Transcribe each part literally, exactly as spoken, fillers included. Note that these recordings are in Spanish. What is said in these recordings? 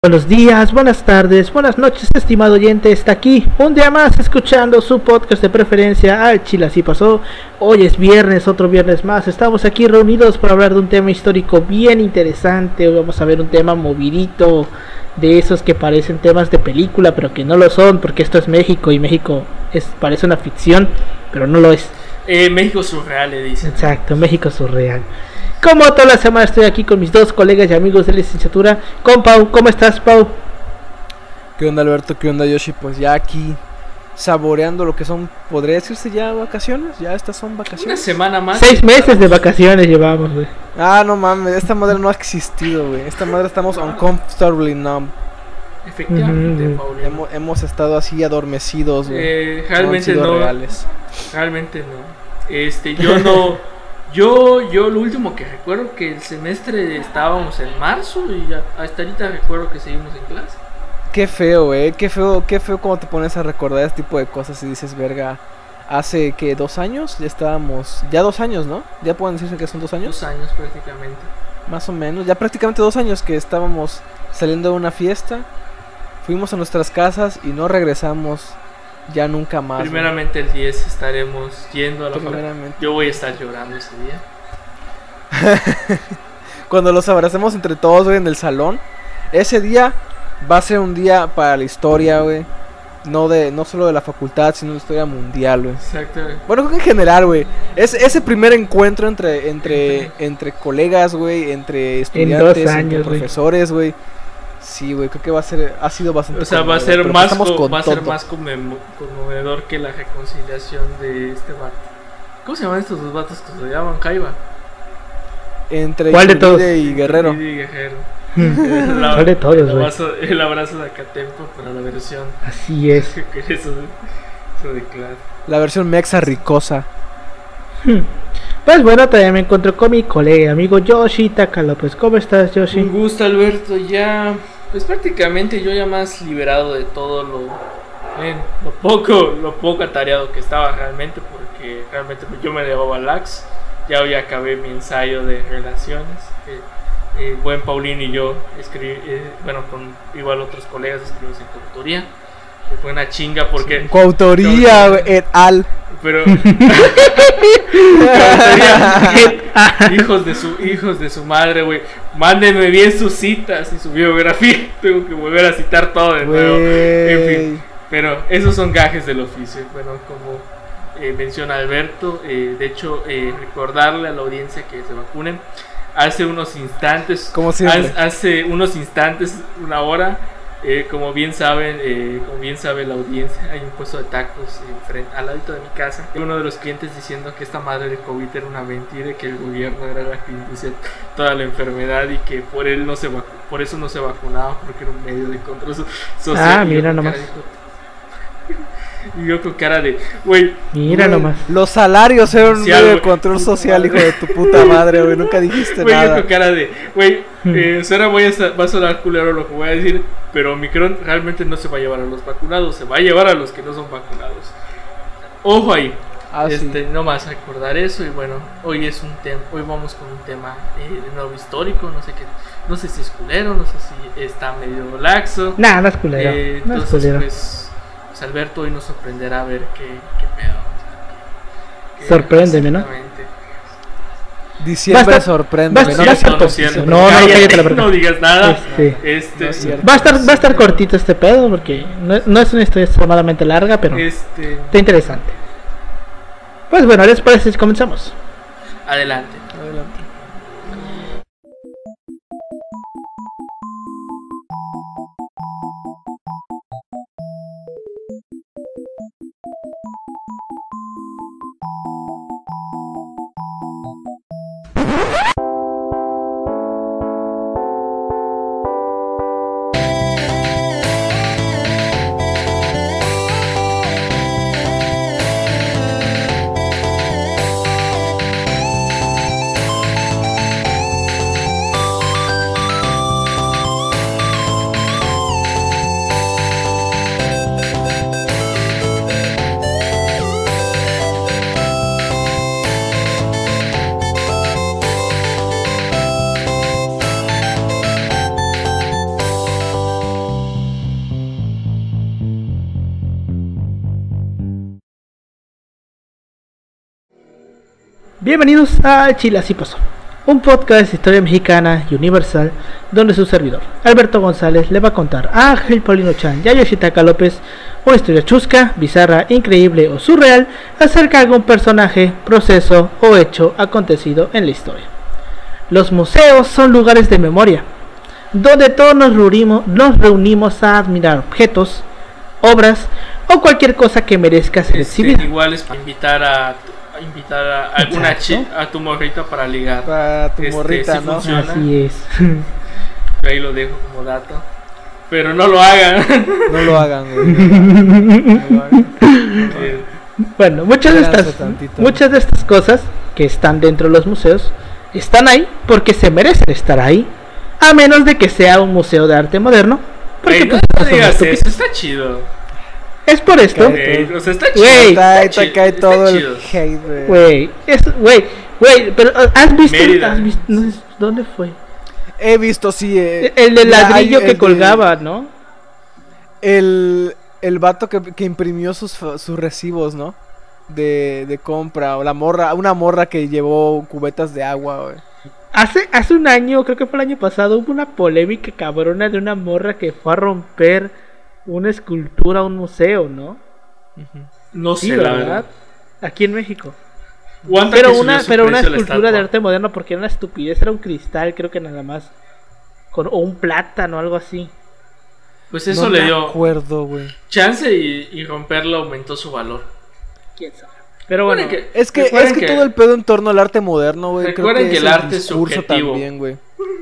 Buenos días, buenas tardes, buenas noches, estimado oyente. Está aquí un día más escuchando su podcast de preferencia, Al Chile Así Pasó. Hoy es viernes, otro viernes más. Estamos aquí reunidos para hablar de un tema histórico bien interesante. Hoy vamos a ver un tema movidito, de esos que parecen temas de película, pero que no lo son, porque esto es México y México es parece una ficción, pero no lo es. Eh, México surreal, le dicen. Exacto, México surreal. Como toda la semana estoy aquí con mis dos colegas y amigos de licenciatura, con Pau. ¿Cómo estás, Pau? ¿Qué onda, Alberto? ¿Qué onda, Yoshi? Pues ya aquí saboreando lo que son, podría decirse ya vacaciones. Ya estas son Una vacaciones. semana más. Seis meses de vacaciones llevamos, güey. Ah, no mames, esta madre no ha existido, güey. Esta madre estamos uncomfortably numb. Efectivamente, Ujú. Paulino. Hemos, hemos estado así adormecidos, güey. Eh, No han realmente sido no. reales. Realmente no. Este, yo no. Yo, yo lo último que recuerdo que el semestre estábamos en marzo y ya, hasta ahorita recuerdo que seguimos en clase. Qué feo, güey. Qué feo, qué feo como te pones a recordar este tipo de cosas y dices, verga. Hace que dos años ya estábamos. Ya dos años, ¿no? Ya pueden decirse que son dos años. Dos años prácticamente. Más o menos, ya prácticamente dos años que estábamos saliendo de una fiesta, fuimos a nuestras casas y no regresamos ya nunca más. güey. Primeramente el diez estaremos yendo a la facultad. Primeramente. Yo voy a estar llorando ese día. Cuando los abracemos entre todos, güey, en el salón, ese día va a ser un día para la historia, güey. No de no solo de la facultad, sino de la historia mundial, güey. Exacto. Bueno, creo que en general, güey. Es ese primer encuentro entre entre entre colegas, güey, entre estudiantes, entre años, güey. profesores, güey. Sí, güey, creo que va a ser ha sido bastante O sea, va a conmovedor, ser pero más empezamos co- con va a ser todo. más conmemo- conmovedor que la reconciliación de este vato. ¿Cómo se llaman estos dos vatos que se llaman Jaiba? Entre ¿Cuál de Iturbide todos? y Guerrero. Y Guerrero. ¿Cuál El, de todos, el, güey? abrazo, el abrazo de Acatempo para la versión. Así es. Que eso, de- eso de clase. La versión mexa ricosa. Pues bueno, también me encuentro con mi colega y amigo Yoshi Taka López. ¿Cómo estás, Un Yoshi? gusto, Alberto. Ya, pues prácticamente yo ya más liberado de todo lo, eh, lo poco, lo poco atareado que estaba realmente, porque realmente pues, yo me llevaba lax. Ya hoy acabé mi ensayo de relaciones. Eh, eh, buen Paulín y yo escribí, eh, bueno, con igual otros colegas escribimos en coautoría. Que fue una chinga porque, Coautoría, güey, et al. pero hijos de su hijos de su madre, güey. Mándenme bien sus citas y su biografía. Tengo que volver a citar todo de nuevo. En fin, pero esos son gajes del oficio. Bueno, como eh, menciona Alberto, eh, de hecho, eh, recordarle a la audiencia que se vacunen. Hace unos instantes, Como siempre. hace, hace unos instantes, una hora, eh, como bien saben, eh, como bien sabe la audiencia, hay un puesto de tacos enfrente, al ladito de mi casa. Y uno de los clientes diciendo que esta madre de COVID era una mentira y que el gobierno era la que inducía toda la enfermedad y que por él no se vacu- por eso no se vacunaba, porque era un medio de control so- social. Ah, Y yo mira con nomás. cara de- Y yo con cara de, güey, Mira Güey, nomás. Los salarios eran un Social, medio de güey. control social, Puta hijo de tu puta madre, güey. Nunca dijiste güey, yo nada. con cara de, güey, Hmm. eh, suena voy a, sa- va a sonar culero lo que voy a decir, pero Omicron realmente no se va a llevar a los vacunados, se va a llevar a los que no son vacunados. Ojo ahí. Ah, sí. Este, no más recordar eso. Y bueno, hoy es un tema, hoy vamos con un tema eh, de nuevo histórico, no sé qué, no sé si es culero, no sé si está medio laxo. Nah, no es culero. Eh, No es entonces culero. pues, pues Alberto hoy nos sorprenderá a ver qué, qué pedo. Qué- Sorpréndeme, ¿no? exactamente. Diciembre Va a estar- sorprende. va a No, estar- no, va a estar No, no es cierto. No, no, Cállate, cállate la verdad. no digas nada. Este, Este, No es cierto. Va a estar, va a estar cortito este pedo porque no, no es una historia extremadamente larga, pero Este, está interesante. Pues bueno, ¿les parece si comenzamos? adelante. Adelante. Bienvenidos a Chile Así Pasó, un podcast de historia mexicana y universal, donde su servidor, Alberto González, le va a contar a Ángel Paulino Chan y a Yoshitaka López una historia chusca, bizarra, increíble o surreal acerca de algún personaje, proceso o hecho acontecido en la historia. Los museos son lugares de memoria, donde todos nos reunimos, nos reunimos a admirar objetos, obras o cualquier cosa que merezca ser Este, exhibida. igual es para invitar a, a invitar a alguna Exacto. chi a tu morrita para ligar. Para tu Este, morrita, sí ¿no? funciona. Así es. Ahí lo dejo como dato. Pero no lo hagan. No lo hagan, güey. No lo hagan. Eh, Bueno, muchas de Espérense estas, tantito. muchas de estas cosas que están dentro de los museos están ahí porque se merecen estar ahí, a menos de que sea un museo de arte moderno. Porque Güey, no, pues, no son digas estúpidos. eso, está chido. Es por esto, Güey, o sea, está chido. Güey, está Ahí te chido, cae está todo el chido. hate, güey. güey, es, güey, güey, pero uh, has visto, Mérida. has visto, no sé, ¿dónde fue? He visto, sí. Eh, El del mira, ladrillo hay que el de- colgaba, ¿no? El, el vato que, que imprimió sus, fa- sus recibos, ¿no? De, de compra. O la morra, una morra que llevó cubetas de agua, güey. Hace, hace un año, creo que fue el año pasado, hubo una polémica cabrona de una morra que fue a romper una escultura a un museo, ¿no? No Sí, sé, la ¿verdad? verdad. Aquí en México. Wanda Pero que una, subió su pero una precio a la escultura de estatua. arte moderno, porque era una estupidez, era un cristal, creo que nada más. Con, o un plátano, algo así. Pues eso No le me dio acuerdo, güey. chance y, y romperlo aumentó su valor. Quién sabe. Pero bueno, Recuerden Es que, recuerden es que, todo el pedo en torno al arte moderno, güey. creo recuerden que es el arte es discurso subjetivo. también, güey.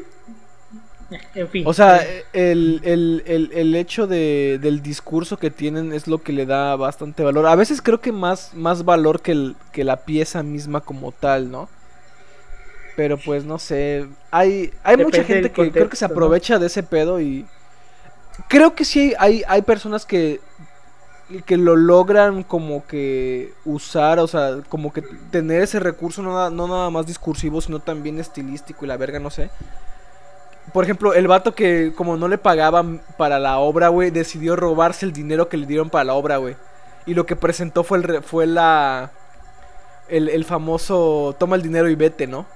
en fin. O sea, el, el, el, el hecho de, del discurso que tienen es lo que le da bastante valor. A veces creo que más, más valor que, el, que la pieza misma como tal, ¿no? Pero pues no sé. Hay, hay mucha Depende gente del que creo que contexto, se ¿no? aprovecha de ese pedo y... Creo que sí hay, hay personas que, que lo logran como que usar, o sea, como que tener ese recurso no, na- no nada más discursivo, sino también estilístico y la verga, no sé. Por ejemplo, el vato que como no le pagaban para la obra, güey, decidió robarse el dinero que le dieron para la obra, güey. Y lo que presentó fue el re- fue la el, el famoso toma el dinero y vete, ¿no?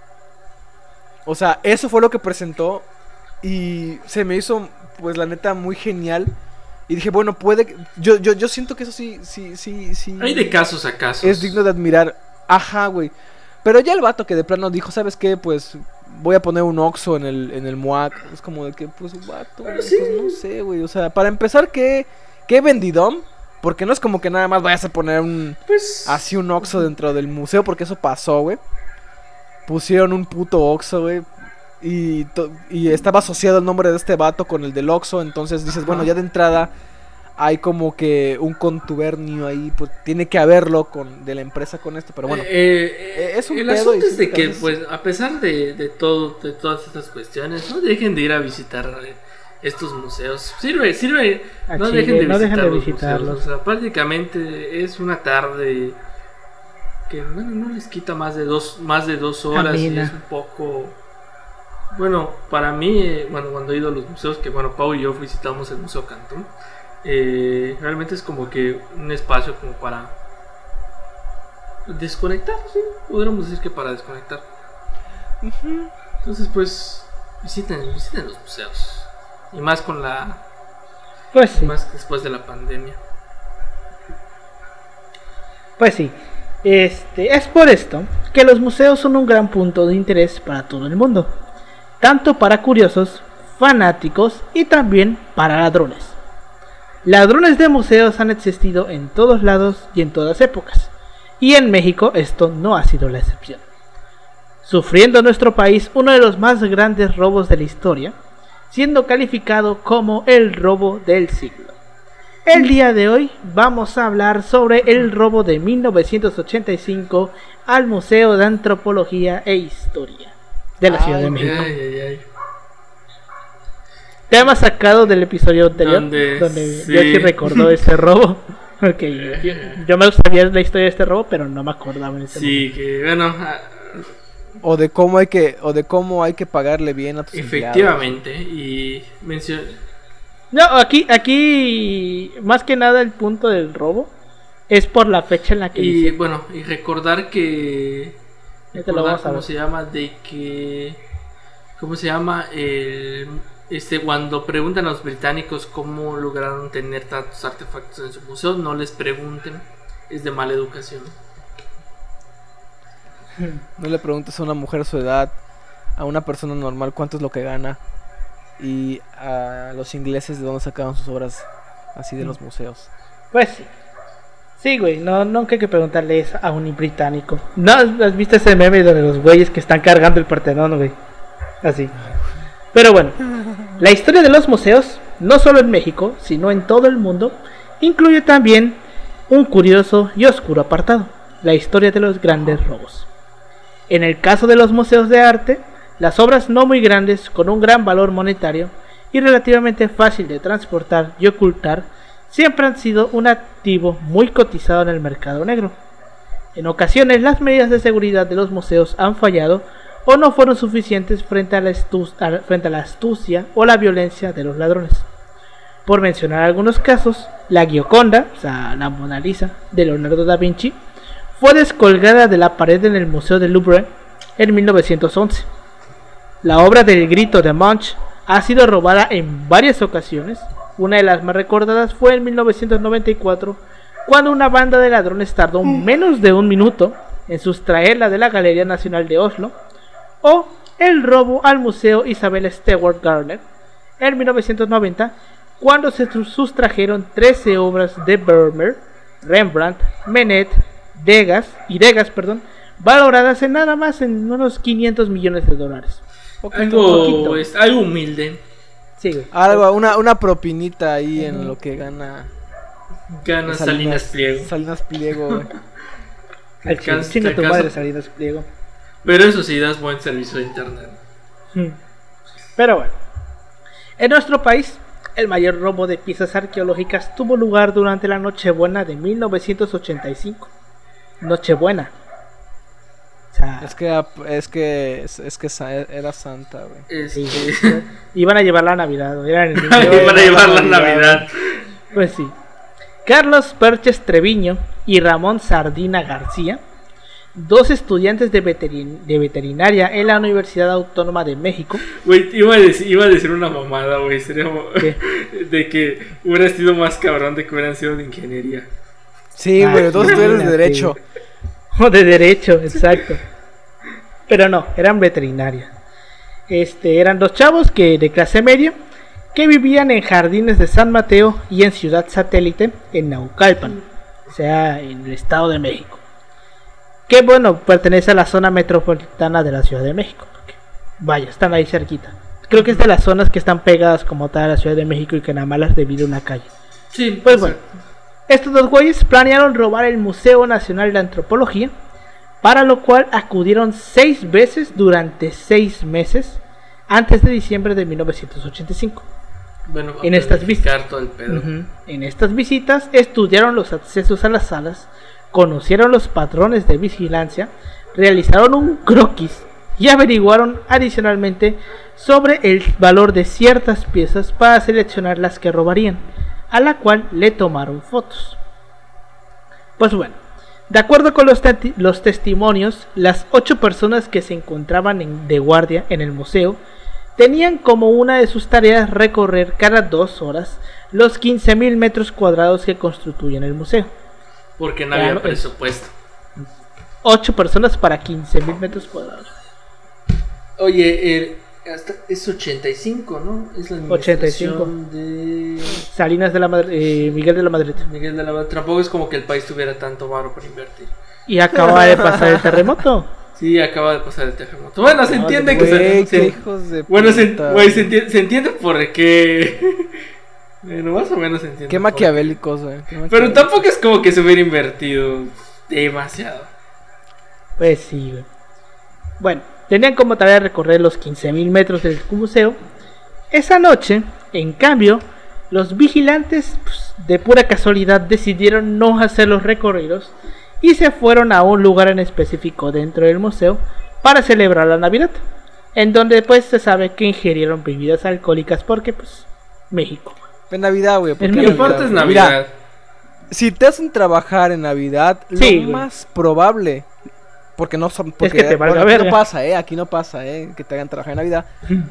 O sea, eso fue lo que presentó y se me hizo pues la neta muy genial. Y dije, bueno, puede que- yo yo yo siento que eso sí sí sí sí Hay de casos a casos. es digno de admirar. Ajá, güey. Pero ya el vato que de plano dijo, ¿sabes qué? Pues voy a poner un Oxxo en el, en el M U A C. Es como de que, pues, vato, Pero pues sí. no sé, güey. O sea, para empezar, ¿qué, qué vendidón? Porque no es como que nada más vayas a poner un Pues así un Oxxo dentro del museo, porque eso pasó, güey. Pusieron un puto Oxxo, güey. Y, to- y estaba asociado el nombre de este vato con el del Oxxo. Entonces dices, bueno, ya de entrada hay como que un contubernio ahí. Pues tiene que haberlo con, de la empresa con esto. Pero bueno. Eh, eh, eh, es un el pedo y asunto es de siento que a que, veces- pues, a pesar de, de todo, de todas estas cuestiones, no dejen de ir a visitar eh, estos museos. Sirve, sirve. A No Chile, dejen de no visitar dejen de los visitarlos. museos. O sea, prácticamente es una tarde que bueno, no les quita más de dos, más de dos horas y Amena. es un poco. Bueno, para mí, eh, bueno, cuando he ido a los museos, que bueno, Pau y yo visitamos el Museo Cantón, eh, realmente es como que un espacio como para desconectar, sí, podríamos decir que para desconectar. Entonces, pues, visiten, visiten los museos. Y más con la, pues sí, más después de la pandemia. pues sí. Este, es por esto que los museos son un gran punto de interés para todo el mundo, tanto para curiosos, fanáticos y también para ladrones. Ladrones de museos han existido en todos lados y en todas épocas, y en México esto no ha sido la excepción, sufriendo nuestro país uno de los más grandes robos de la historia, siendo calificado como el robo del siglo. El día de hoy vamos a hablar sobre el robo de mil novecientos ochenta y cinco al Museo de Antropología e Historia de la Ay, Ciudad de Ay, México. ay, ay. Tema sacado del episodio anterior, Donde- donde sí. Yoshi recordó ese robo. Porque yo, yo me sabía la historia de este robo, pero no me acordaba en ese Sí, que bueno, ah, O de cómo hay que, o de cómo hay que pagarle bien a tus efectivamente. Y mencioné. No, aquí, aquí, más que nada el punto del robo es por la fecha en la que Y inició. bueno, y recordar que Este lo vamos a ¿Cómo ver. se llama? De que... ¿Cómo se llama? El, este, cuando preguntan a los británicos cómo lograron tener tantos artefactos en su museo, no les pregunten. Es de mala educación. No le preguntes a una mujer su edad, a una persona normal cuánto es lo que gana, y a los ingleses de dónde sacaban sus obras así de los museos. Pues sí. Sí, güey, no, nunca hay que preguntarle eso a un británico. ¿No has visto ese meme de los güeyes que están cargando el Partenón, güey? Así. Pero bueno, la historia de los museos, no solo en México, sino en todo el mundo, incluye también un curioso y oscuro apartado: la historia de los grandes robos. En el caso de los museos de arte, las obras no muy grandes, con un gran valor monetario y relativamente fácil de transportar y ocultar, siempre han sido un activo muy cotizado en el mercado negro. En ocasiones las medidas de seguridad de los museos han fallado o no fueron suficientes frente a la, astu- a, frente a la astucia o la violencia de los ladrones. Por mencionar algunos casos, la Gioconda, o sea, la Mona Lisa de Leonardo da Vinci, fue descolgada de la pared en el Museo del Louvre en mil novecientos once. La obra del Grito de Munch ha sido robada en varias ocasiones. Una de las más recordadas fue en mil novecientos noventa y cuatro, cuando una banda de ladrones tardó menos de un minuto en sustraerla de la Galería Nacional de Oslo, o el robo al Museo Isabel Stewart Gardner en mil novecientos noventa, cuando se sustrajeron trece obras de Vermeer, Rembrandt, Manet, Degas y Degas, perdón, valoradas en nada más en unos quinientos millones de dólares. Poquito, Algo, poquito. es, algo humilde. Sí, güey. Algo, una, una propinita ahí en lo que gana Gana Salinas Pliego. Salinas Pliego, güey. Al chile, Alcanza- chinga tu alcanza- madre, Salinas Pliego. Pero eso sí, das buen servicio de internet. Hmm. Pero bueno, en nuestro país, el mayor robo de piezas arqueológicas tuvo lugar durante la Nochebuena de mil novecientos ochenta y cinco. Nochebuena. O sea, Es que es que es, es que sa- era santa, güey. Este, sí, iban a llevar la Navidad, güey, era el niño. para llevar la Navidad. Pues sí. Carlos Perches Treviño y Ramón Sardina García, dos estudiantes de, veterin- de veterinaria en la Universidad Autónoma de México. Güey, iba a decir, iba a decir una mamada, güey. Sería mo- ¿Qué? de que hubiera sido más cabrón de que hubieran sido de ingeniería. Sí, Ah, güey, dos estudiantes de imagínate. derecho. O de derecho, exacto. Pero no, eran veterinaria. Este, eran dos chavos que de clase media que vivían en Jardines de San Mateo y en Ciudad Satélite, en Naucalpan, o sea, en el Estado de México. Que bueno, pertenece a la zona metropolitana de la Ciudad de México. Porque, vaya, están ahí cerquita. Creo que es de las zonas que están pegadas como tal a la Ciudad de México y que nada más las divide una calle. Sí, Pues bueno, estos dos güeyes planearon robar el Museo Nacional de Antropología, para lo cual acudieron seis veces durante seis meses antes de diciembre de mil novecientos ochenta y cinco. Bueno, en estas visitas todo el pedo. Ujú. En estas visitas estudiaron los accesos a las salas, conocieron los patrones de vigilancia, realizaron un croquis y averiguaron adicionalmente sobre el valor de ciertas piezas para seleccionar las que robarían, a la cual le tomaron fotos. Pues bueno, de acuerdo con los, te- los testimonios, las ocho personas que se encontraban en- de guardia en el museo tenían como una de sus tareas recorrer cada dos horas los quince mil metros cuadrados que constituyen el museo. Porque no Claro, había es- presupuesto. ocho personas para quince mil metros cuadrados. Oye, el, hasta, es ochenta y cinco, ¿no? Es la ochenta y cinco. administración de Salinas de la Madre, eh, Miguel de la Madrid. Miguel de la Madrid. Tampoco es como que el país tuviera tanto varo para invertir. Y acaba de pasar el terremoto. Sí, acaba de pasar el terremoto. Bueno, se No, entiende que Güey, se, qué se- hijos de bueno, se, puta, güey, se entiende, se entiende por qué. Bueno, más o menos se entiende. Qué por- maquiavélicos, güey. qué Pero maquiavélicos. tampoco es como que se hubiera invertido demasiado. Pues sí, güey. Bueno, tenían como tarea recorrer los quince mil metros del museo. Esa noche, en cambio, los vigilantes, pues, de pura casualidad, decidieron no hacer los recorridos y se fueron a un lugar en específico dentro del museo para celebrar la Navidad, en donde pues se sabe que ingirieron bebidas alcohólicas porque pues México. En Navidad, güey. ¿por En qué mi Mi parte es güey? Navidad. Mira, si te hacen trabajar en Navidad, Sí, lo güey. más probable porque no son, porque que te valga bueno, aquí verga. no pasa, eh, aquí no pasa, eh, que te hagan trabajar en Navidad.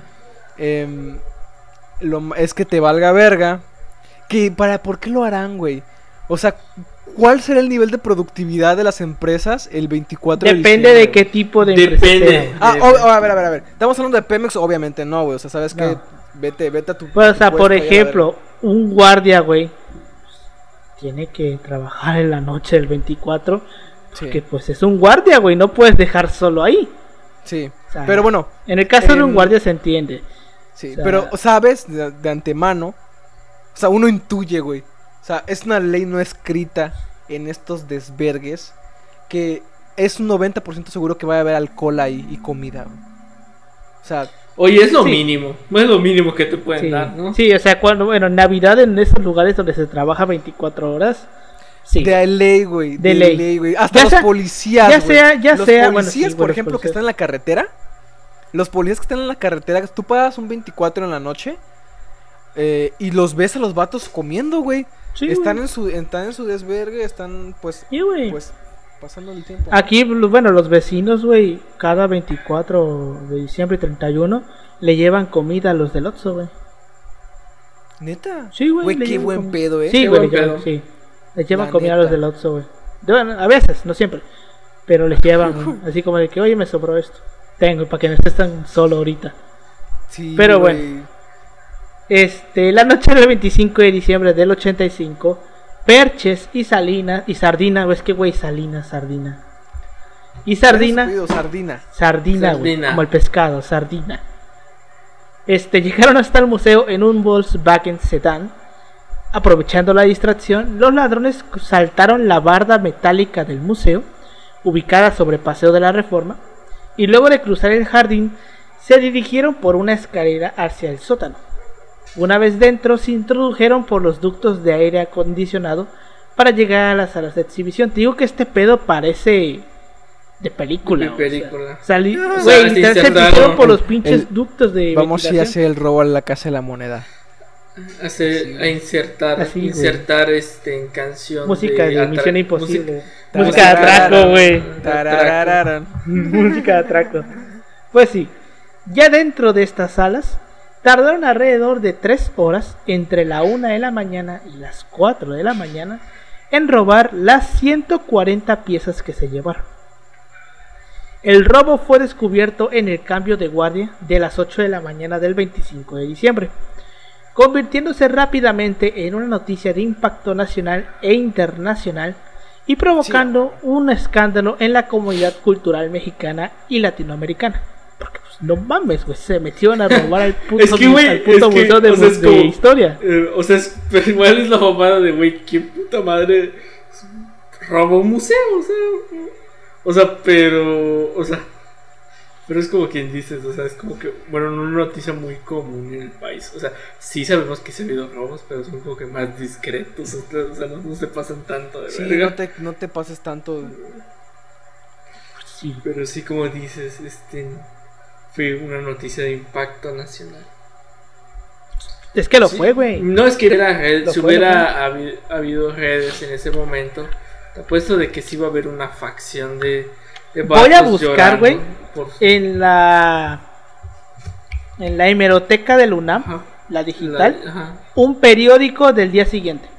Em, lo, es que te valga verga. Que para, ¿por qué lo harán, güey? O sea, ¿cuál será el nivel de productividad de las empresas el veinticuatro de Depende diciembre? de qué tipo de empresa Depende. sea, güey. Ah, de- o- o, a ver, a ver, a ver. Estamos hablando de Pemex, obviamente no, güey. O sea, sabes No. que vete, vete a tu. Pues, o tu sea, por puesto y a la ejemplo, un guardia, güey, tiene que trabajar en la noche del veinticuatro, verga. que pues es un guardia, güey, no puedes dejar solo ahí. Sí, sí. O sea, Pero bueno, En el caso de un em, guardia se entiende. sí. o sea- Pero sabes de, de antemano. O sea, uno intuye, güey. O sea, es una ley no escrita en estos desvergues que es un noventa por ciento seguro que va a haber alcohol ahí y comida, güey. O sea, Oye, es lo Sí. mínimo. No es lo mínimo que te pueden Sí. dar, ¿no? Sí, o sea, cuando, bueno, Navidad en esos lugares donde se trabaja veinticuatro horas, sí. de ley, güey. De De, ley. ley, güey. Hasta Ya los sea- policías, ya güey. sea- ya los sea- bueno, policías, sí, por bueno, ejemplo, los que están en la carretera. Los policías que están en la carretera, tú pagas un veinticuatro en la noche. eh, y los ves a los vatos comiendo, güey. Sí, están güey. en su están en su desvergue, están pues Sí, güey. pues pasando el tiempo. Aquí, bueno, los vecinos, güey, cada veinticuatro de diciembre y treinta y uno le llevan comida a los del Oxxo, güey. Neta. Sí, güey. Güey, le qué llevan buen comi- pedo, eh. Sí, Qué güey, buen le llevan, pedo. sí. Les llevan La comida a neta. los del Oxxo, güey. De- bueno, a veces, no siempre. Pero les llevan así como de que, oye, me sobró esto. Tengo, para que no estés tan solo ahorita. Sí, Pero güey. bueno. Este, la noche del veinticinco de diciembre del ochenta y cinco, Perches y Salina, y Sardina, güey, es que, güey, Salina, Sardina. Y Sardina, ¿Cuál es su apellido? Sardina. Sardina, güey, Sardina. como el pescado, Sardina. Este, llegaron hasta el museo en un Volkswagen Sedán. Aprovechando la distracción, los ladrones saltaron la barda metálica del museo, ubicada sobre Paseo de la Reforma, y luego de cruzar el jardín, se dirigieron por una escalera hacia el sótano. Una vez dentro, se introdujeron por los ductos de aire acondicionado para llegar a las salas de exhibición. Te digo que este pedo parece de película. De güey, película. O sea, sali- O sea, güey, se literal, se insertaron metieron por el- los pinches el- ductos de Vamos a ir a ventilación. hacer el robo a la casa de la moneda. Hacer, a insertar, Así, güey. insertar este en canción Música de atra- Misión Imposible. música- Música de atraco, güey. Tararararán. Música de atraco. Pues sí, ya dentro de estas salas, tardaron alrededor de tres horas entre la una de la mañana y las cuatro de la mañana en robar las ciento cuarenta piezas que se llevaron. El robo fue descubierto en el cambio de guardia de las ocho de la mañana del veinticinco de diciembre, convirtiéndose rápidamente en una noticia de impacto nacional e internacional y provocando un escándalo en la comunidad cultural mexicana y latinoamericana. Porque pues no mames, güey, se metieron a robar al puto, Es que, güey, al puto es que, museo de, o sea, es de como- historia. Eh, o sea, es, pero igual es la mamada de, güey, ¿qué puta madre roba un museo? O sea, o sea, pero, o sea, pero es como quien dices, o sea, es como que, bueno, no una noticia muy común en el país. O sea, sí sabemos que se han habido robos, pero son como que más discretos, o sea, o sea, no, no se pasan tanto de Sí, verga. no te, no te pases tanto. Sí. Pero sí, como dices, este fue una noticia de impacto nacional. Es que lo Sí. fue, güey. No es que era red- Lo si fue, hubiera habi- habido redes en ese momento, te apuesto de que sí iba a haber una facción de, de Voy a vatos buscar, llorando güey, por- En la en la hemeroteca del UNAM, Ajá. la digital, La- ajá. un periódico del día siguiente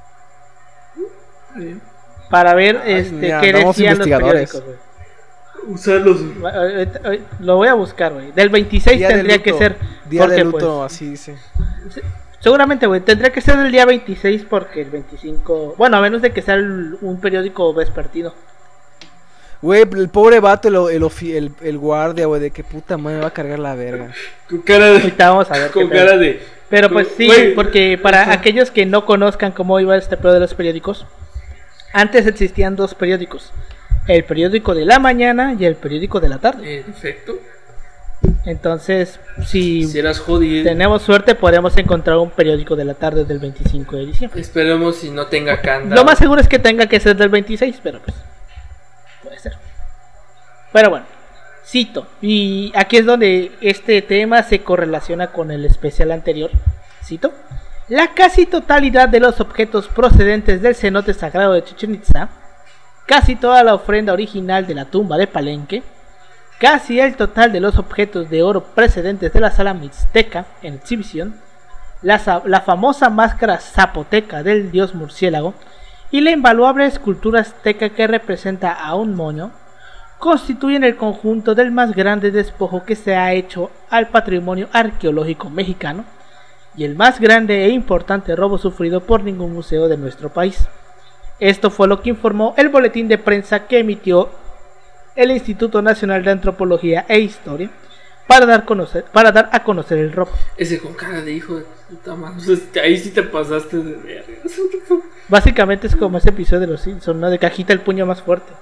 para ver Ay, este mira, qué andamos decían los investigadores. periódicos, güey. Usar los Ahorita- ahorita- Lo voy a buscar, güey. Del veintiséis Día de tendría que luto. ser. Día porque, de luto, pues, así dice. seguramente, güey. Tendría que ser del día veintiséis porque el veinticinco. Bueno, a menos de que sea el- un periódico vespertino. Güey, el pobre vato, el, el, ofi- el, el guardia, güey, de qué puta madre me va a cargar la verga. con cara de Ahorita vamos a ver. qué con pedo. cara de Pero con- pues sí, güey, porque para aquellos que no conozcan cómo iba este pedo de los periódicos, antes existían dos periódicos. El periódico de la mañana y el periódico de la tarde. en efecto, Entonces, si si eras jodido, tenemos suerte, podemos encontrar un periódico de la tarde del veinticinco de diciembre. esperemos si no tenga candado. Lo más seguro es que tenga que ser del veintiséis, pero pues puede ser. Pero bueno, cito. Y aquí es donde este tema se correlaciona con el especial anterior. Cito. La casi totalidad de los objetos procedentes del cenote sagrado de Chichén Itzá casi toda la ofrenda original de la tumba de Palenque, casi el total de los objetos de oro precedentes de la sala mixteca en exhibición, la, la famosa máscara zapoteca del dios murciélago y la invaluable escultura azteca que representa a un moño, constituyen el conjunto del más grande despojo que se ha hecho al patrimonio arqueológico mexicano y el más grande e importante robo sufrido por ningún museo de nuestro país. Esto fue lo que informó el boletín de prensa que emitió el Instituto Nacional de Antropología e Historia para dar, conocer, para dar a conocer el robo. Ese con cara de hijo de puta madre, ahí sí te pasaste de verga. Básicamente es como ese episodio de los Simpsons, ¿no? De cajita el puño más fuerte.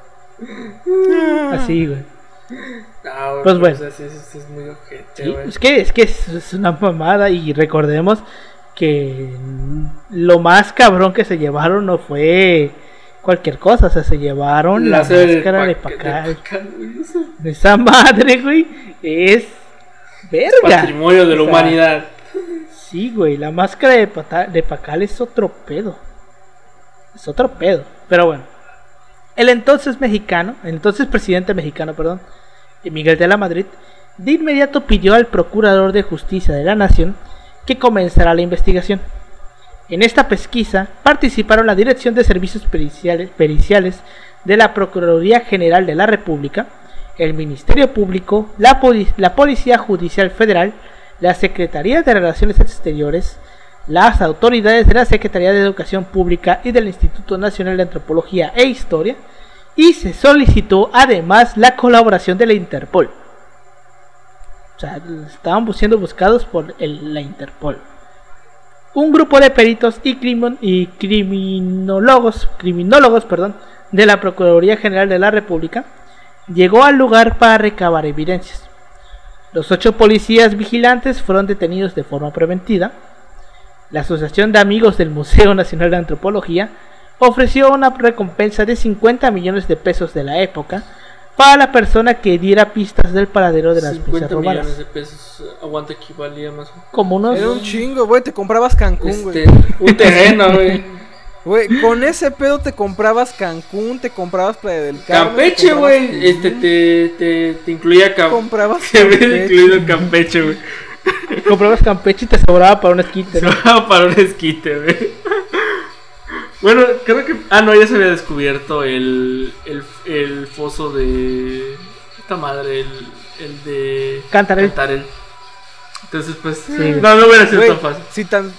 Así, güey. No, güey, pues bueno, o sea, sí, sí, es muy ojete, sí, güey. es que, es que es, es una mamada. Y recordemos que lo más cabrón que se llevaron no fue cualquier cosa, o sea, se llevaron la, la máscara de Pacal. De esa madre, güey, es verga. Es patrimonio de la o sea, humanidad. Sí, güey, la máscara de, Pata, de Pacal es otro pedo. Es otro pedo, pero bueno. El entonces mexicano, el entonces presidente mexicano, perdón, Miguel de la Madrid, de inmediato pidió al Procurador de Justicia de la Nación que comenzara la investigación. En esta pesquisa participaron la Dirección de Servicios Periciales, Periciales de la Procuraduría General de la República, el Ministerio Público, la, la Policía Judicial Federal, la Secretaría de Relaciones Exteriores, las autoridades de la Secretaría de Educación Pública y del Instituto Nacional de Antropología e Historia, y se solicitó además la colaboración de la Interpol. O sea, estaban siendo buscados por el, la Interpol. Un grupo de peritos y, crimin y criminólogos, criminólogos perdón, de la Procuraduría General de la República llegó al lugar para recabar evidencias. Los ocho policías vigilantes fueron detenidos de forma preventiva. La Asociación de Amigos del Museo Nacional de Antropología ofreció una recompensa de cincuenta millones de pesos de la época para la persona que diera pistas del paradero de las piezas robadas. cincuenta millones de pesos, aguanta, equivalía más o menos. Como unos... Era un chingo, güey, te comprabas Cancún, güey. Este, un terreno, güey. Güey, con ese pedo te comprabas Cancún, te comprabas Playa del Carmen. Campeche, güey. Este, te, te, te incluía Campeche. Comprabas Te había incluido Campeche, güey. Comprabas Campeche y te sobraba para un esquite, ¿no? Sobraba para un esquite, güey. Bueno, creo que... Ah, no, ya se había descubierto el, el, el foso de... Esta madre, el, el de... Cantarel. Cantarel. Entonces, pues... Sí. No, no hubiera sido Güey, tan fácil. Si tan...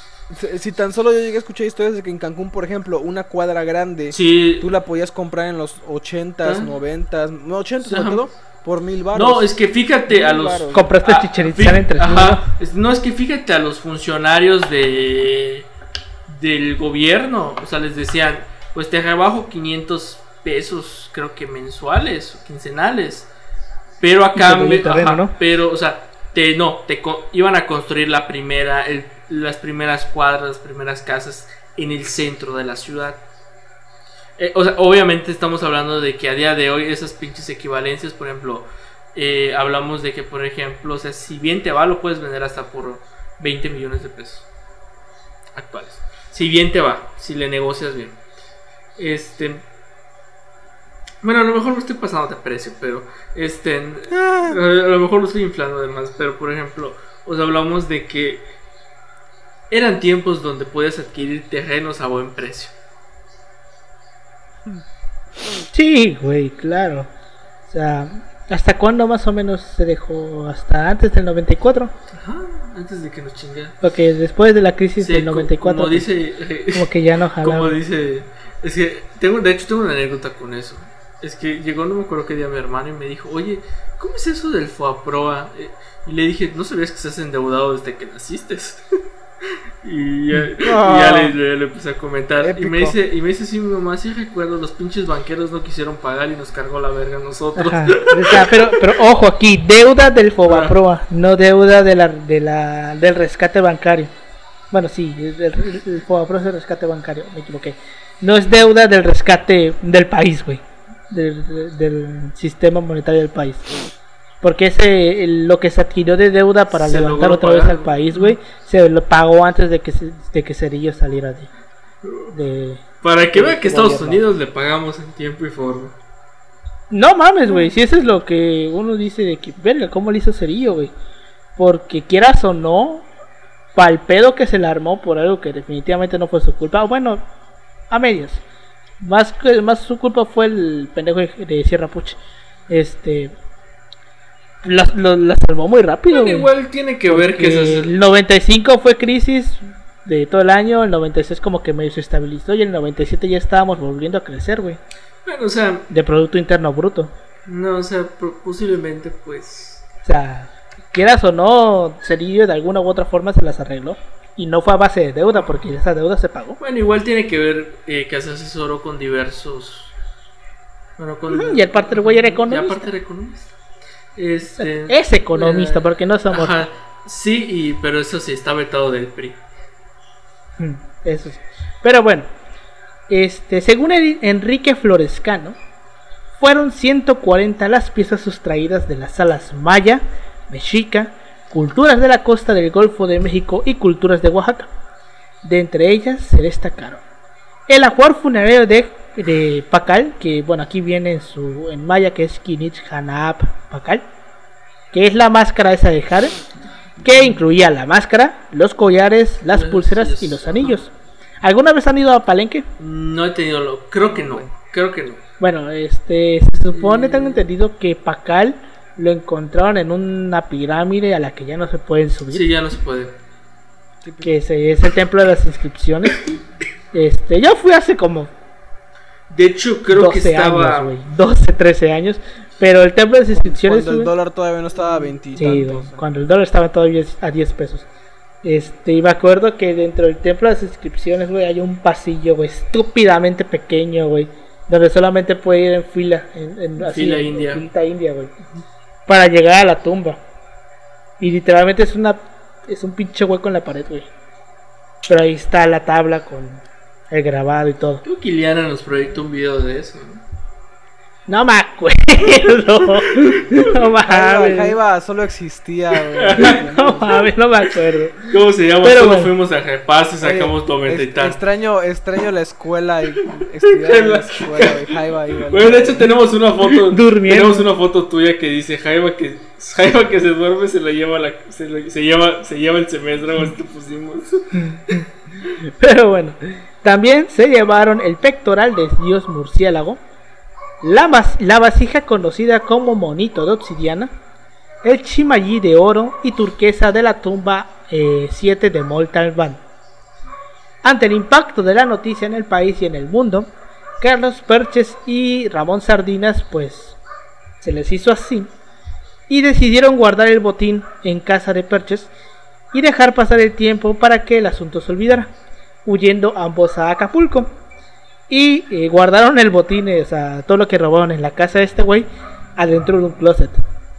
Si tan solo yo llegué a escuchar historias de que en Cancún, por ejemplo, una cuadra grande, Sí. tú la podías comprar en los ochentas, ¿Ah? noventas, no, ochentas Ajá. sobre todo, por mil baros. No, es que fíjate a Mil los... varos. Compraste Ah, Chichén en tres mil, ajá. Es- No, es que fíjate a los funcionarios de del gobierno, o sea, les decían, pues te rebajo quinientos pesos, creo que mensuales o quincenales, pero a Y te cambio, doy el terreno, ajá, ¿no? pero, o sea, te no, te co- iban a construir la primera, el- las primeras cuadras, las primeras casas en el centro de la ciudad. Eh, o sea, obviamente estamos hablando de que a día de hoy esas pinches equivalencias, por ejemplo, eh, hablamos de que, por ejemplo, o sea, si bien te va, lo puedes vender hasta por veinte millones de pesos actuales. Si bien te va, si le negocias bien. Este. Bueno, a lo mejor lo estoy pasando de precio, pero este. A lo mejor lo estoy inflando además, pero por ejemplo, os hablamos de que eran tiempos donde podías adquirir terrenos a buen precio. Sí, güey, claro. O sea, ¿hasta cuándo más o menos se dejó? ¿Hasta antes del noventa y cuatro? Ajá, antes de que nos chingaran. Porque después de la crisis Sí, del co- noventa y cuatro, como dice, eh, como que ya no jalaba. como dice, es que tengo, de hecho tengo una anécdota con eso. Es que llegó, no me acuerdo qué día, mi hermano y me dijo, oye, ¿cómo es eso del FOAPROA? Eh, Y le dije, ¿no sabías que estás endeudado desde que naciste? Y ya, y ya le, le- le empecé a comentar. Y Épico. me dice, y me dice, sí, mi mamá, sí recuerdo, los pinches banqueros no quisieron pagar y nos cargó la verga a nosotros. Ajá, o sea, pero, pero ojo aquí, deuda del Fobaproa, no deuda de la, de la, del rescate bancario. Bueno, sí, el, el, el Fobaproa es el rescate bancario, me equivoqué. No es deuda del rescate del país, güey. Del, del sistema monetario del país. Porque ese el- lo que se adquirió de deuda para Se levantar logró otra vez pagar. al país, güey, se lo pagó antes de que, se- de que Cerillo saliera de, de, Para que vea que Estados gobierno. Unidos le pagamos en tiempo y forma. No mames, güey, si eso es lo que uno dice de que, verga, ¿cómo le hizo Cerillo, güey? Porque quieras o no, pa'l pedo que se le armó por algo que definitivamente no fue su culpa, bueno, a medias. Más que más su culpa fue el pendejo de, de Sierra Puch. Este la, lo- la salvó muy rápido, Bueno, güey. igual tiene que ver que Que eso es- el noventa y cinco fue crisis de todo el año, el noventa y seis como que medio se estabilizó y el noventa y siete ya estábamos volviendo a crecer, güey, Bueno, o sea, de Producto Interno Bruto. no, o sea, pro- posiblemente pues... O sea, quieras o no, Cerillo de alguna u otra forma se las arregló. Y no fue a base de deuda, porque esa deuda se pagó. Bueno, igual tiene que ver eh, que se asesoró con diversos... Bueno, con... Ujú, y aparte el güey era economista. Y aparte era economista. Este... Es economista, eh, porque no somos. Ajá, sí, y, pero eso sí, está vetado del P R I. Mm, Eso sí. Pero bueno, este, según el- Enrique Florescano, fueron ciento cuarenta las piezas sustraídas de las salas maya, mexica, culturas de la costa del Golfo de México y culturas de Oaxaca. De entre ellas se destacaron el ajuar funerario de, de Pacal, que bueno, aquí viene en su en maya, que es Kinich Hanap Pacal, que es la máscara esa de Jare, que incluía la máscara, los collares, las Las pulseras sillas. y los anillos. ¿Alguna vez han ido a Palenque? No he tenido lo... Creo que no, creo que no. Bueno, este se supone, tengo entendido que Pacal lo encontraron en una pirámide a la que ya no se pueden subir. Sí, ya no se puede. Que ese es el templo de las inscripciones. Este, yo fui hace como De hecho, creo que doce estaba... años, güey, doce, trece años, pero el templo de las inscripciones Cuando el güey, dólar todavía no estaba a veinte y sí, güey, tantos. cuando el dólar estaba todavía a diez pesos. Este, y me acuerdo que dentro del templo de las inscripciones, güey, hay un pasillo, güey, estúpidamente pequeño, güey, donde solamente puede ir en fila, en, en- así, Fila en- india. en filita india, güey, para llegar a la tumba. Y literalmente es una es un pinche hueco en la pared, güey. Pero ahí está la tabla con el grabado y todo. Creo que Iliana nos proyectó un video de eso, ¿no? No me acuerdo. No Jaiba, mames. Jaiba solo existía, güey. No mames, no me acuerdo. ¿Cómo se llama? Pero Solo bueno. fuimos a Repás y sacamos Oye, noventa y es- tal. Extraño, extraño la escuela y estudiar en la escuela, güey. Jaiba iba. Bueno, de hecho tenemos una foto. Durmiendo. Tenemos una foto tuya que dice Jaiba que Jaiba que se duerme se la lleva la se, lo- se lleva se lleva el semestre, o esto pusimos. Pero bueno, también se llevaron el pectoral del dios murciélago, la, vas- la vasija conocida como monito de obsidiana, el chimayí de oro y turquesa de la tumba siete de Montalbán. Ante el impacto de la noticia en el país y en el mundo, Carlos Perches y Ramón Sardinas pues se les hizo así y decidieron guardar el botín en casa de Perches y dejar pasar el tiempo para que el asunto se olvidara, huyendo ambos a Acapulco. Y eh, guardaron el botín, eh, o sea, todo lo que robaron en la casa de este güey, adentro de un closet.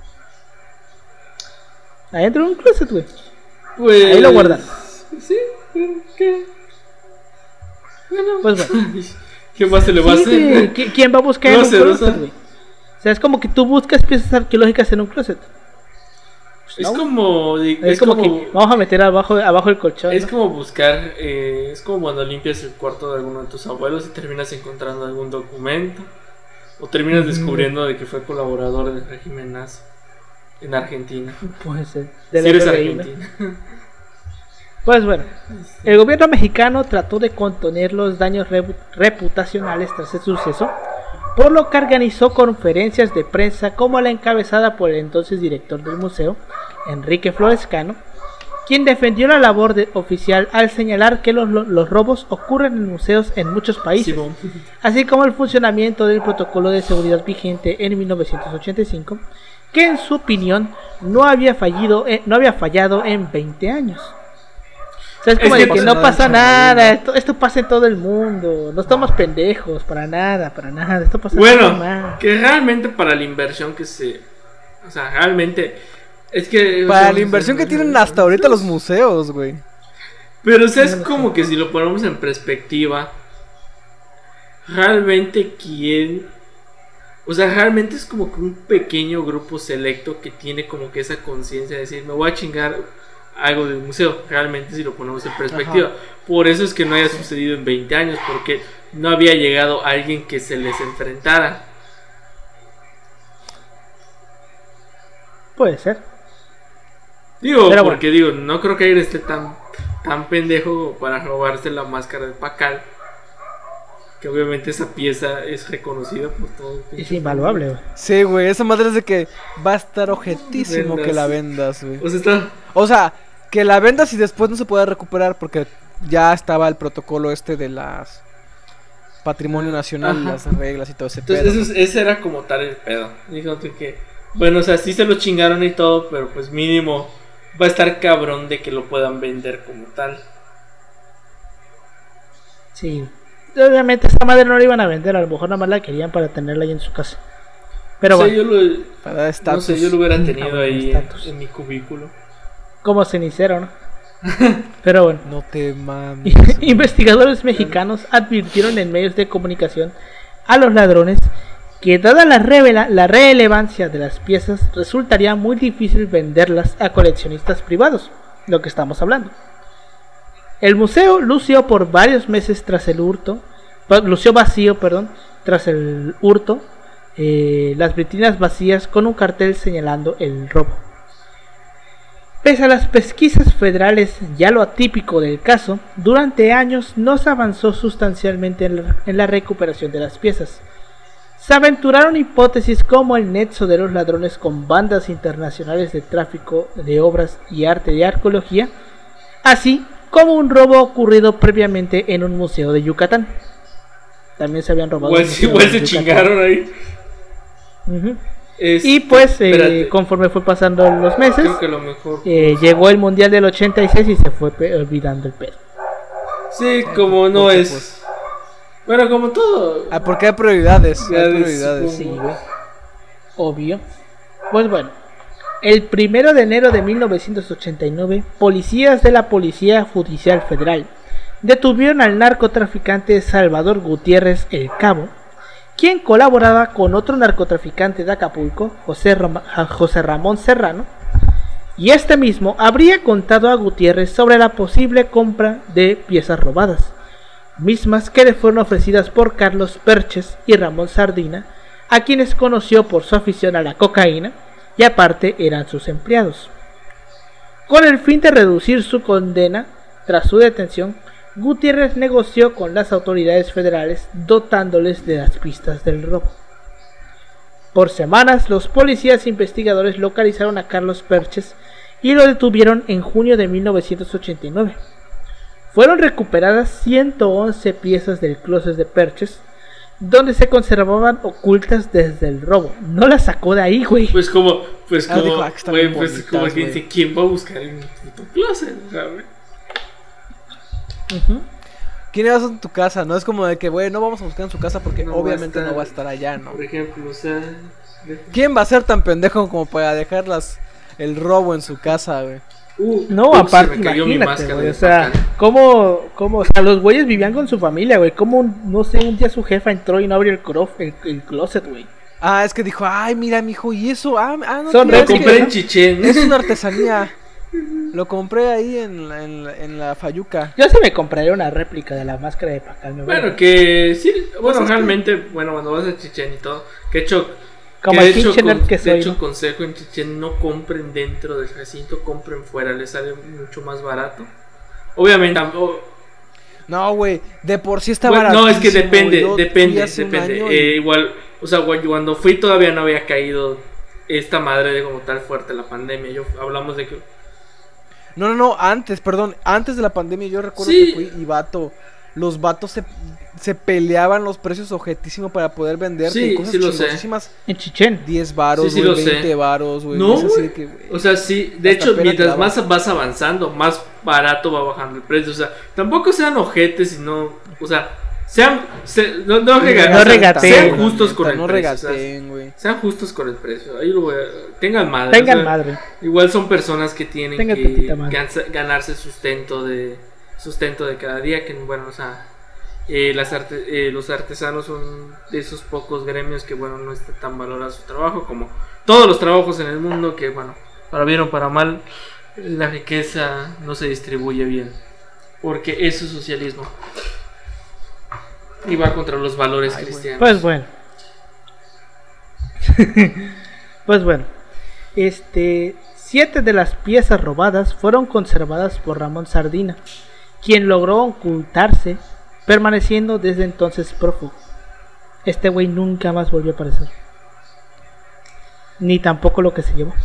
Adentro de un closet, güey. Pues, Ahí lo guardan. Sí, pero ¿qué? Bueno, Pues bueno. ¿qué más se le va a Sí, hacer? güey, ¿qui- ¿Quién va a buscar en un Closet, o closet, sea. güey? O sea, es como que tú buscas piezas arqueológicas en un closet. Es ¿no? como de- Es, es como, como que vamos a meter abajo, abajo el colchón. es ¿no? como buscar, eh, es como cuando limpias el cuarto de alguno de tus abuelos y terminas encontrando algún documento. O terminas Ujú. descubriendo de que fue colaborador del régimen nazi en Argentina. Puede ser. Si Del eres F B I, ¿no? argentino. Pues bueno, el gobierno mexicano trató de contener los daños repu- reputacionales tras el suceso, por lo que organizó conferencias de prensa como la encabezada por el entonces director del museo, Enrique Florescano, quien defendió la labor de oficial al señalar que los, los robos ocurren en museos en muchos países, Simón. así como el funcionamiento del protocolo de seguridad vigente en mil novecientos ochenta y cinco, que en su opinión no había, fallido, eh, no había fallado en veinte años. O sea, es como Es de que que pasa no nada en pasa Chernobyl, nada, ¿no? esto, esto pasa en todo el mundo, no estamos pendejos, para nada, para nada, esto pasa Bueno, normal. que realmente para la inversión que se, o sea, realmente es que o Para sea, la inversión que tienen hasta ahorita los museos, güey. Pero o sea, es como que si lo ponemos en perspectiva, realmente quién, o sea, realmente es como que un pequeño grupo selecto que tiene como que esa conciencia de decir, me voy a chingar algo del museo, realmente si lo ponemos en perspectiva. Ajá. Por eso es que no haya sucedido en veinte años, porque no había llegado alguien que se les enfrentara. Puede ser. Digo, Pero porque digo, no creo que alguien esté tan, tan pendejo para robarse la máscara de Pakal. Que obviamente esa pieza es reconocida por todo. Es invaluable, güey. Sí, güey, esa madre es de que va a estar objetísimo Vendas. que la vendas, güey. O sea, está... O sea, que la vendas y después no se pueda recuperar porque ya estaba el protocolo este de las patrimonio nacional, Ajá. las reglas y todo ese Entonces, pedo. eso, es- ese era como tal el pedo. Dijo que, bueno, o sea, sí se lo chingaron y todo, pero pues mínimo va a estar cabrón de que lo puedan vender como tal. Sí. Obviamente esta madre no la iban a vender, a lo mejor nada más la querían para tenerla ahí en su casa. Pero O sea, bueno, yo lo, Para dar no estatus. sé, yo lo hubiera Ah, tenido bueno, ahí estatus. en, en mi cubículo. como cenicero, ¿no? Pero bueno. No te mames. güey. Investigadores mexicanos advirtieron en medios de comunicación a los ladrones que dada la, revela, la relevancia de las piezas resultaría muy difícil venderlas a coleccionistas privados, lo que estamos hablando. El museo lució por varios meses tras el hurto, lució vacío, perdón, tras el hurto, eh, las vitrinas vacías con un cartel señalando el robo. Pese a las pesquisas federales y a lo atípico del caso, durante años no se avanzó sustancialmente en la, en la recuperación de las piezas. Se aventuraron hipótesis como el nexo de los ladrones con bandas internacionales de tráfico de obras y arte de arqueología, así como un robo ocurrido previamente en un museo de Yucatán. También se habían robado. Igual, un museo igual de se Yucatán. chingaron ahí. Ujú. Es- Y pues, eh, espérate, conforme fue pasando los meses, creo que lo mejor. eh, llegó el Mundial del ochenta y seis y se fue pe- olvidando el pedo. Sí, como no porque, es. pues, Bueno, como todo. Ah, porque hay prioridades. Ya Hay de- prioridades. Sí, güey. Obvio. Pues bueno, el primero de enero de mil novecientos ochenta y nueve, policías de la Policía Judicial Federal detuvieron al narcotraficante Salvador Gutiérrez El Cabo, quien colaboraba con otro narcotraficante de Acapulco, José, Roma- José Ramón Serrano, y este mismo habría contado a Gutiérrez sobre la posible compra de piezas robadas, mismas que le fueron ofrecidas por Carlos Perches y Ramón Sardina, a quienes conoció por su afición a la cocaína y aparte eran sus empleados. Con el fin de reducir su condena tras su detención, Gutiérrez negoció con las autoridades federales dotándoles de las pistas del robo. Por semanas, los policías investigadores localizaron a Carlos Perches y lo detuvieron en junio de mil novecientos ochenta y nueve. Fueron recuperadas ciento once piezas del closet de Perches, donde se conservaban ocultas desde el robo. No las sacó de ahí, güey. Pues como, pues Ah, como, dijo, ah, que están güey, bien pues bonitas, como que güey. dice, ¿quién va a buscar en un puto closet? ¿Sabes? Ujú. ¿Quién vas en tu casa? No es como de que, güey, no vamos a buscar en su casa porque No va a obviamente estar. no va a estar allá, ¿no? Por ejemplo, o sea, ¿Quién va a ser tan pendejo como para dejar las, el robo en su casa, güey? uh, No, uh, se aparte, me cayó mi imagínate, máscara güey, de o sea, Pakal. ¿cómo, cómo, o sea, los güeyes vivían con su familia, güey, cómo, un- no sé, un día su jefa entró y no abrió el, crof, el, el closet, güey. Ah, es que dijo, ay, mira, mijo, y eso, ah, ah no Son tía, Lo es que compré en Chichén. es una artesanía. Lo compré ahí en, la- en, la- en la Fayuca. Yo se me compraría una réplica de la máscara de Pakal, me Bueno, voy. que sí, bueno, es que- realmente, bueno, cuando vas a Chichén y todo, que hecho, Como que el de hecho, pinche nerd con- que de soy, hecho ¿no? consejo en Chichén, no compren dentro del recinto, compren fuera, les sale mucho más barato. Obviamente, tampoco- No, güey, de por sí está bueno, barato. no, es que depende, depende, hace un depende. año Eh, y- igual, o sea, güey, cuando fui todavía no había caído esta madre de como tal fuerte la pandemia. Yo hablamos de que No, no, no, antes, perdón, antes de la pandemia yo recuerdo Sí. que fui y vato, los vatos se, se peleaban los precios objetísimos para poder venderte Sí, y cosas sí lo sé. chingosísimas. En Chichén. diez varos, Sí, sí güey, lo sé. veinte varos, güey. No, es así güey. de que, güey. O sea, sí, de Hasta hecho, pena te mientras daba. más vas avanzando, más barato va bajando el precio. O sea, tampoco sean ojetes, sino, o sea, sean, se- no, no, regateen, No regateen, sean güey, justos con el no precio. o sea, regateen, güey. sean justos con el precio. Ahí lo voy a- tengan madre. Tengan o sea, madre. Igual son personas que tienen Tengan que tantita madre. gansa- ganarse sustento de sustento de cada día. Que bueno, o sea, eh, las arte- eh, los artesanos son de esos pocos gremios que bueno no está tan valorado su trabajo como todos los trabajos en el mundo, que bueno, para bien o para mal, la riqueza no se distribuye bien, porque eso es socialismo. Y va contra los valores Ay, cristianos. Pues bueno. Pues bueno. Este, siete de las piezas robadas fueron conservadas por Ramón Sardina, quien logró ocultarse, permaneciendo desde entonces prófugo. Este güey nunca más volvió a aparecer. Ni tampoco lo que se llevó.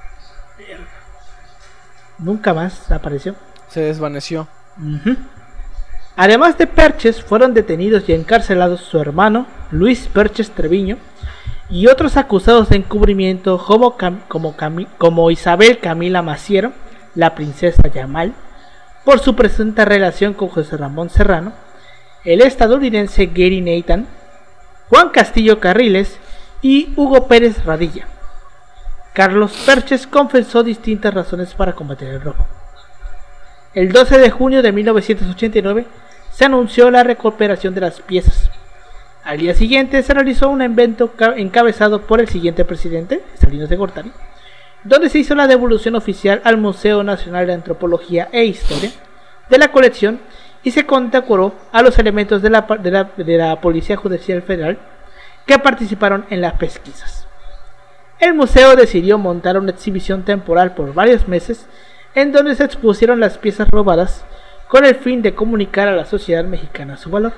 Nunca más apareció. Se desvaneció. Uh-huh. Además de Perches, fueron detenidos y encarcelados su hermano, Luis Perches Treviño, y otros acusados de encubrimiento como, Cam- como, Cami- como Isabel Camila Maciero, la princesa Yamal, por su presunta relación con José Ramón Serrano, el estadounidense Gary Nathan, Juan Castillo Carriles y Hugo Pérez Radilla. Carlos Perches confesó distintas razones para combatir el robo. El doce de junio de mil novecientos ochenta y nueve se anunció la recuperación de las piezas. Al día siguiente se realizó un evento encabezado por el siguiente presidente, Salinas de Gortari, donde se hizo la devolución oficial al Museo Nacional de Antropología e Historia de la colección y se condecoró a los elementos de la, de la, de la Policía Judicial Federal que participaron en las pesquisas. El museo decidió montar una exhibición temporal por varios meses en donde se expusieron las piezas robadas con el fin de comunicar a la sociedad mexicana su valor.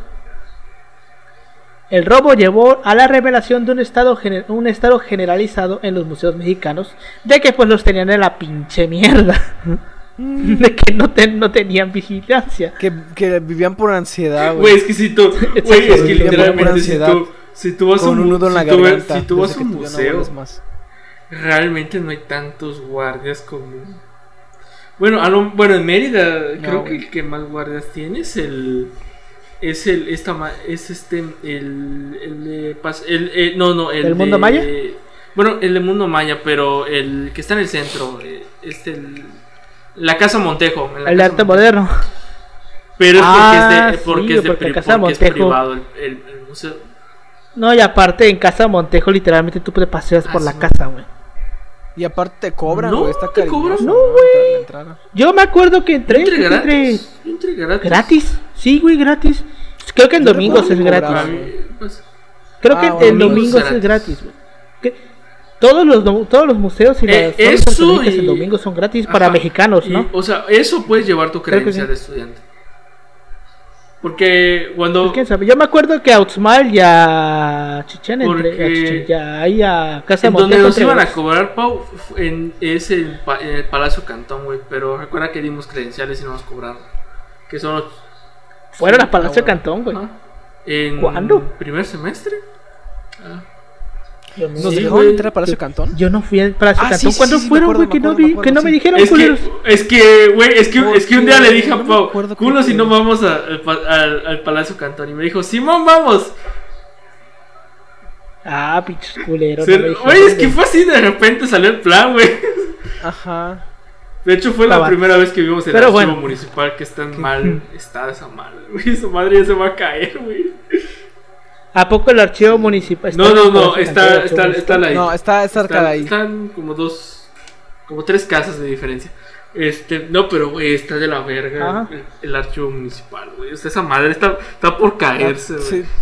El robo llevó a la revelación de un estado, gener- un estado generalizado en los museos mexicanos de que pues los tenían en la pinche mierda. De que no, te- no tenían vigilancia. Que, que vivían por ansiedad, Güey, güey. es que si tú, güey, Exacto, es que güey, literalmente por si ansiedad, tú, si tú vas a Con un mu- nudo en la si tú ves- garganta. si tú vas a desde un que tú ya no museo, vuelves más. realmente no hay tantos guardias como. Bueno, a lo- bueno en Mérida No, creo que güey. el que más guardias tiene es el es el esta ma- es este el el de Pas- el, eh, no no el ¿El Mundo de- Maya? Bueno, el de Mundo Maya, pero el que está en el centro, eh, este el, la Casa Montejo, en la El Casa arte Montejo. moderno. Pero es porque Ah, es de, porque sí, es, de porque pri- Casa porque es Montejo- privado el, el- el museo. No, y aparte en Casa Montejo literalmente tú te paseas Ah, por la sí. casa, güey. Y aparte te cobran, No, güey. Está te cobran. cariñoso, No, ¿no? güey. La entrada. Yo me acuerdo que entré, Yo entré entré gratis. Yo entré gratis. gratis. Sí, güey, gratis. Creo que en Yo domingos recuerdo es que gratis. A cobraban. mí, pues, Creo Ah, que bueno, en domingos domingos es es gratis, güey. Que Todos los, dom- todos los museos y las Eh, zonas eso arqueológicas y- el domingo son gratis para ajá, mexicanos, y, ¿no? o sea, eso puedes llevar tu Creo que credencial sí. de estudiante. Porque cuando. Pues, ¿quién sabe? Yo me acuerdo que a Uxmal y a Chichen, entre, a Porque- Chichen, ya ahí a Casa En donde Montejo, nos entre iban a ellos. cobrar, Pau, f- en, es el, pa- en el Palacio Cantón, güey. Pero recuerda que dimos credenciales y no nos cobraron. Que son los. Fueron sí, a Palacio ah, bueno. Cantón, güey. Ajá. En ¿Cuándo? primer semestre. Ah. Yo no- ¿Nos Sí, dejaron güey. entrar a Palacio Cantón? Yo no fui al Palacio Ah, Cantón. sí, sí, ¿Cuándo sí, sí, me fueron, acuerdo, güey? me Que no acuerdo, vi, me que no acuerdo, me sí. dijeron, Es que, culeros. es que, güey, es que, es que un día le Porque dije a no me Pau, acuerdo culo qué si no fue. vamos a- al, pa- al- al Palacio Cantón. Y me dijo, Simón, vamos. Ah, pinches culeros. Se- no me dijeron, Güey, es que güey. fue así, de repente salió el plan, güey. Ajá. De hecho, fue la Estaba- primera vez que vimos el Pero archivo bueno. municipal que está en mal estado esa madre, güey. Esa madre ya se va a caer, güey. ¿A poco el archivo municipal está No, en no, el no, Palacio está, Cantón, el está, archivo está la No, está cerca Están- de ahí. Están como dos, como tres casas de diferencia. Este, no, pero güey, está de la verga Ajá. el, el archivo municipal, güey. O sea, esa madre está, está por caerse, güey. Sí.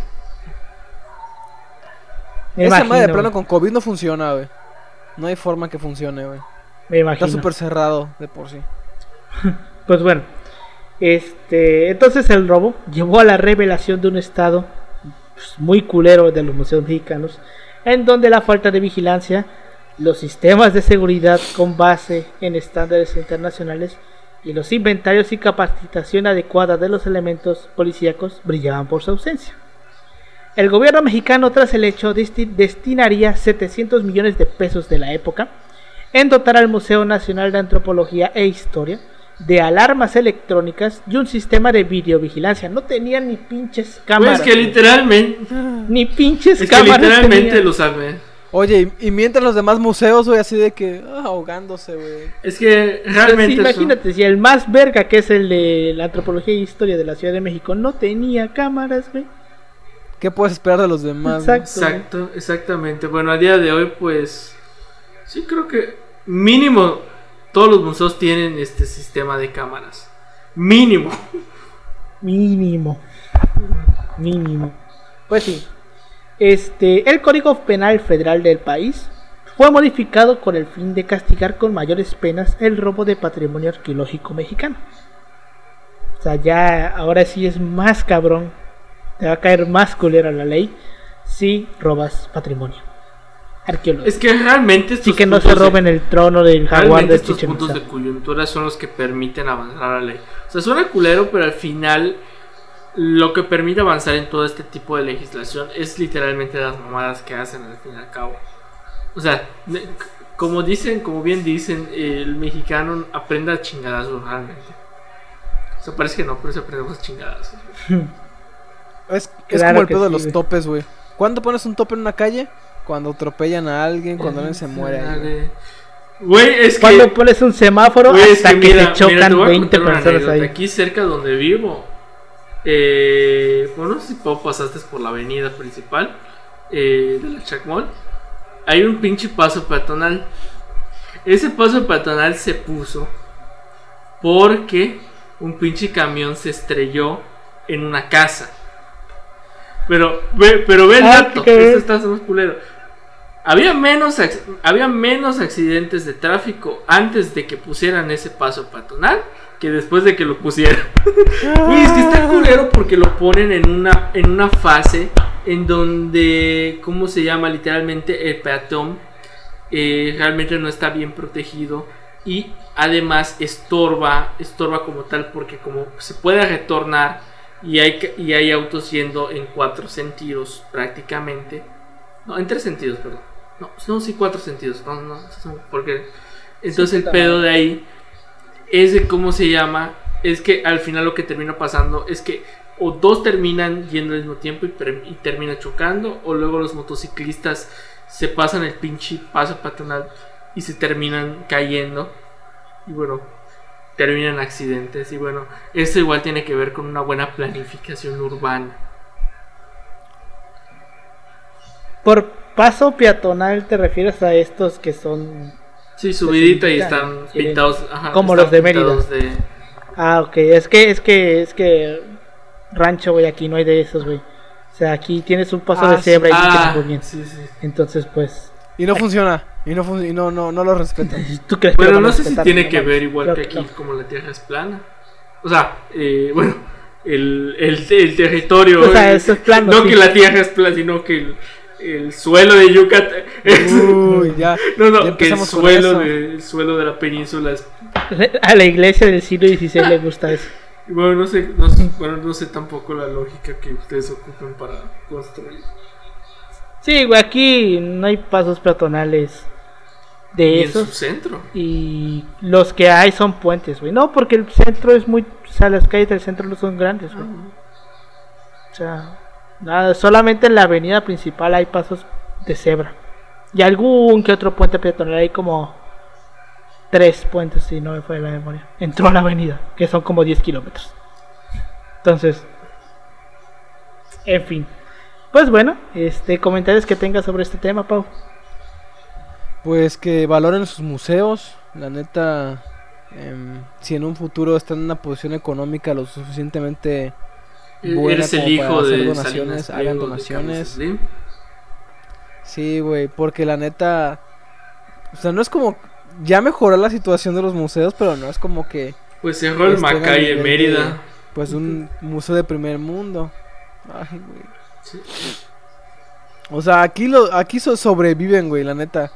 Me Esa imagino, madre de plano con COVID no funciona, güey. No hay forma que funcione, güey. me Está imagino. súper cerrado de por sí. Pues bueno, este, entonces el robo llevó a la revelación de un estado pues, muy culero de los museos mexicanos, en donde la falta de vigilancia, los sistemas de seguridad con base en estándares internacionales y los inventarios y capacitación adecuada de los elementos policíacos brillaban por su ausencia. El gobierno mexicano tras el hecho desti- destinaría setecientos millones de pesos de la época en dotar al Museo Nacional de Antropología e Historia de alarmas electrónicas y un sistema de videovigilancia. No tenían ni pinches Güey, cámaras. es que literalmente, Ni pinches es que cámaras. literalmente tenían. lo sabe. Oye, y, y mientras los demás museos, güey, así de que ah, ahogándose, güey. Es que Pues, realmente eso- imagínate, si el más verga, que es el de la Antropología e Historia de la Ciudad de México, no tenía cámaras, güey. ¿Qué puedes esperar de los demás? güey? Exacto. Exacto, exactamente. Bueno, a día de hoy, pues sí creo que mínimo todos los museos tienen este sistema de cámaras. Mínimo. Mínimo. Mínimo. Pues sí. Este, el Código Penal Federal del país fue modificado con el fin de castigar con mayores penas el robo de patrimonio arqueológico mexicano. O sea, ya ahora sí es más cabrón. Te va a caer más culera la ley si robas patrimonio arqueológico. Es que realmente sí, que no se roben de, el trono del jaguar de estos Chichén Itzá. Puntos de coyuntura son los que permiten avanzar la ley. O sea, suena culero, pero al final lo que permite avanzar en todo este tipo de legislación es literalmente las mamadas que hacen al fin y al cabo. O sea, como dicen, como bien dicen, el mexicano aprende a chingadazos realmente. O sea, parece que no, pero se aprende a chingadazos. Es, es claro como el pedo sí, de los güey. topes, güey. ¿Cuándo pones un tope en una calle? Cuando atropellan a alguien, cuando alguien se muere ahí. Güey, es que... Cuando pones un semáforo Wey, hasta es que, mira, se chocan mira, te voy a veinte contar una personas anécdota. ahí. Aquí cerca donde vivo, eh, bueno, no sé si Pau pasaste por la avenida principal eh, de la Chacmol. Hay un pinche paso peatonal. Ese paso peatonal se puso porque un pinche camión se estrelló en una casa. Pero ve, pero ve el Ah, dato, ¿qué? esto está más culero. Había menos, ac- había menos accidentes de tráfico antes de que pusieran ese paso peatonal que después de que lo pusieran. Uy, es que está culero porque lo ponen en una, en una fase en donde, ¿cómo se llama? Literalmente el peatón eh, realmente no está bien protegido y además estorba, estorba como tal porque como se puede retornar y hay, ca- y hay autos yendo en cuatro sentidos prácticamente. No, en tres sentidos, perdón. No, no, sí, cuatro sentidos. No, no, porque entonces el pedo de ahí es de cómo se llama. Es que al final lo que termina pasando es que o dos terminan yendo al mismo tiempo y, per- y terminan chocando, o luego los motociclistas se pasan el pinche paso peatonal y se terminan cayendo. Y bueno, terminan accidentes. Y bueno, esto igual tiene que ver con una buena planificación urbana. Por paso peatonal te refieres a estos que son... Sí, subidita y Pues, están quieren- pintados, ajá, como están los de Mérida. pintados de- Ah, ok, es que, es que, es que rancho, güey, aquí no hay de esos, güey. O sea, aquí tienes un paso Ah, de cebra y Ah, dices muy bien. sí, sí. Entonces, pues, Y no funciona. Y no, fun- y no, no, no lo respetan. ¿tú crees que Pero lo van a no sé si respetar? tiene No que mames, ver igual creo que aquí, no. como la tierra es plana. O sea, eh, bueno, el, el, el territorio. O sea, eh, eso es plano, no sí. que la tierra es plana, sino que el, el suelo de Yucatán. Uy, ya. no, no, ya que el empezamos con suelo, eso. de, el suelo de la península es. A la iglesia del siglo dieciséis le gusta eso. Y bueno, no sé, no, sé- bueno, no sé tampoco la lógica que ustedes ocupen para construir. Sí, güey, aquí no hay pasos peatonales de Ni en su esos. centro. Y los que hay son puentes, güey. No, porque el centro es muy... O sea, las calles del centro no son grandes, güey. O sea, nada, solamente en la avenida principal hay pasos de cebra. Y algún que otro puente peatonal. Hay como tres puentes, si no me fue la memoria. Entró a la avenida, que son como diez kilómetros. Entonces, en fin. Pues bueno, este comentarios que tengas sobre este tema, Pau. Pues que valoren sus museos. La neta, em, si en un futuro están en una posición económica lo suficientemente buena Eres el como hijo para hacer de donaciones, Salinas hagan Pliego, de donaciones. Carlos Slim. Sí, güey, porque la neta, o sea, no es como, ya mejoró la situación de los museos, pero no es como que Pues cerró el estén al Macay en nivel Mérida. de, pues un museo de primer mundo. Ay, güey. Sí. O sea, aquí lo, aquí so- sobreviven, güey, la neta.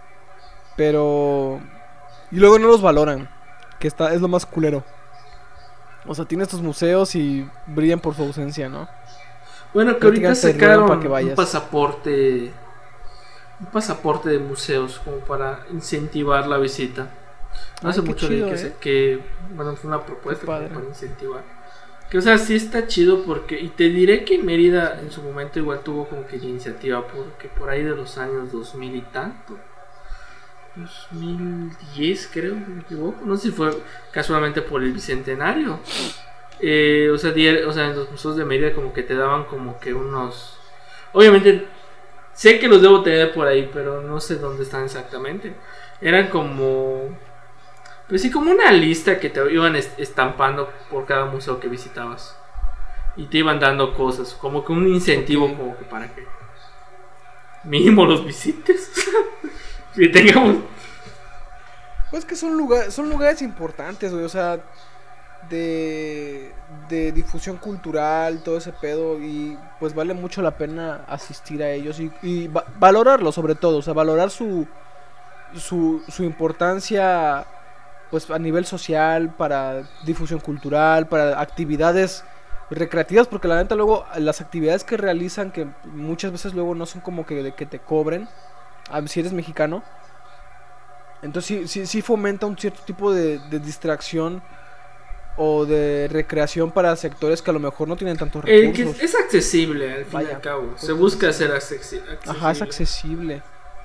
Pero y luego no los valoran, que está es lo más culero. O sea, tiene estos museos y brillan por su ausencia, ¿no? Bueno, que ahorita Prácticamente te ruegan sacaron para que un vayas. pasaporte, un pasaporte de museos como para incentivar la visita. No Ay, hace qué mucho chido, de que, eh. se- que, bueno, fue una propuesta Qué como padre. para incentivar. Que, o sea, sí está chido porque, y te diré que Mérida en su momento igual tuvo como que la iniciativa, porque por ahí de los años dos mil y tanto, dos mil diez creo, si no me equivoco, no sé si fue casualmente por el bicentenario. Eh, o sea, di- o sea, en los museos de Mérida como que te daban como que unos... Obviamente, sé que los debo tener por ahí, pero no sé dónde están exactamente. Eran como... Pues sí, como una lista que te iban est- estampando por cada museo que visitabas. y te iban dando cosas, como que un incentivo, okay, como que para que mínimo los visites. Que tengamos. Pues que son lugares, son lugares importantes, güey, o sea, de, de difusión cultural, todo ese pedo, y pues vale mucho la pena asistir a ellos y, y va, valorarlo sobre todo, o sea, valorar su, su, su importancia, pues a nivel social, para difusión cultural, para actividades recreativas, porque la neta luego las actividades que realizan, que muchas veces luego no son como que de que te cobren, si eres mexicano, entonces sí, sí, sí fomenta un cierto tipo de, de distracción o de recreación para sectores que a lo mejor no tienen tantos Eh, recursos. que es accesible al fin y Vaya, al cabo. pues, Se busca hacer accesi- accesible. Ajá, es accesible.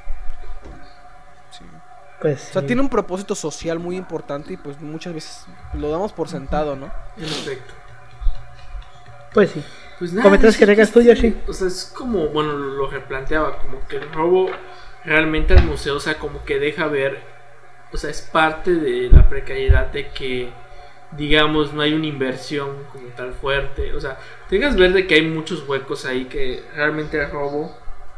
Sí. Pues O sea, sí. tiene un propósito social muy importante y pues muchas veces lo damos por sentado, ¿no? En efecto. Pues sí. Pues nada, ¿Comentarios es que tengas tú, este- Yoshi? O sea, es como, bueno, lo replanteaba, como que el robo realmente al museo, o sea, como que deja ver, o sea, es parte de la precariedad de que, digamos, no hay una inversión como tal fuerte, o sea, tengas ver de que hay muchos huecos ahí que realmente el robo,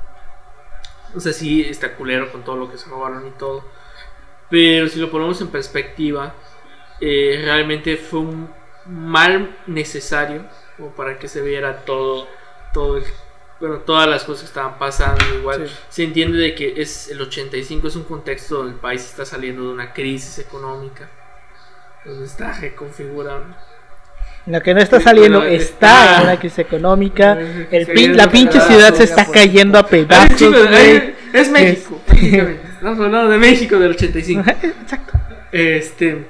o sea, sí está culero con todo lo que se robaron y todo, pero si lo ponemos en perspectiva, eh, realmente fue un mal necesario como para que se viera todo, todo el, bueno, todas las cosas que estaban pasando. Igual Sí. se entiende de que es el ochenta y cinco es un contexto donde el país está saliendo de una crisis económica, donde está reconfigurando. Lo que no está Sí, saliendo bueno, está está- en una crisis económica. Sí, El sí, pin- sí, la sí, pinche sí, ciudad sí, se sí, está sí. cayendo a Ay, pedazos. chicos, güey. ay, es México, Es- prácticamente. Estamos hablando de México del ochenta y cinco. Exacto. Este,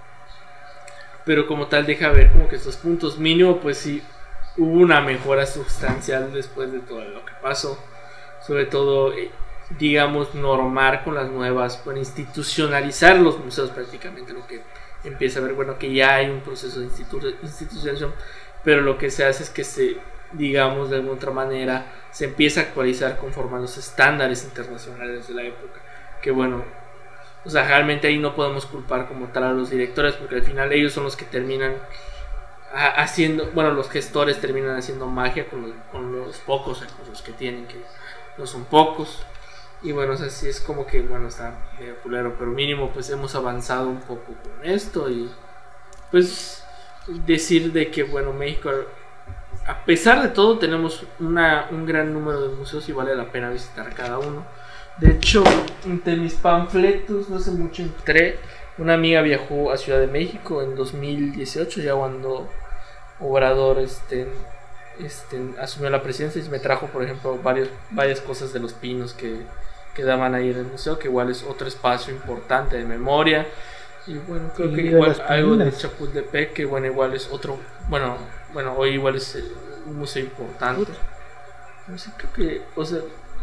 pero como tal deja ver como que estos puntos mínimo, pues sí hubo una mejora sustancial después de todo lo que pasó. Sobre todo, eh, digamos, normar con las nuevas, bueno, institucionalizar los museos prácticamente, lo que empieza a ver, bueno, que ya hay un proceso de institu- institucionalización, pero lo que se hace es que se, digamos, de alguna otra manera, se empieza a actualizar conforme a los estándares internacionales de la época, que bueno, o sea, realmente ahí no podemos culpar como tal a los directores, porque al final ellos son los que terminan ha- haciendo, bueno, los gestores terminan haciendo magia con los, con los pocos recursos que tienen, que no son pocos. Y bueno, o sea, sí es como que, bueno, está medio culero, pero mínimo pues hemos avanzado un poco con esto. Y pues decir de que, bueno, México, a pesar de todo, tenemos una, un gran número de museos y vale la pena visitar cada uno. De hecho, entre mis panfletos, no hace mucho entré, una amiga viajó a Ciudad de México en dos mil dieciocho, ya cuando Obrador este, este, asumió la presidencia, y me trajo, por ejemplo, varios, varias cosas de Los Pinos que, que daban ahí en el museo, que igual es otro espacio importante de memoria. Y bueno, creo Y que de igual Las algo de Pinas. Chapultepec, que bueno, igual es otro, bueno, bueno, hoy igual es eh, un museo importante. No sé, creo que, o sea,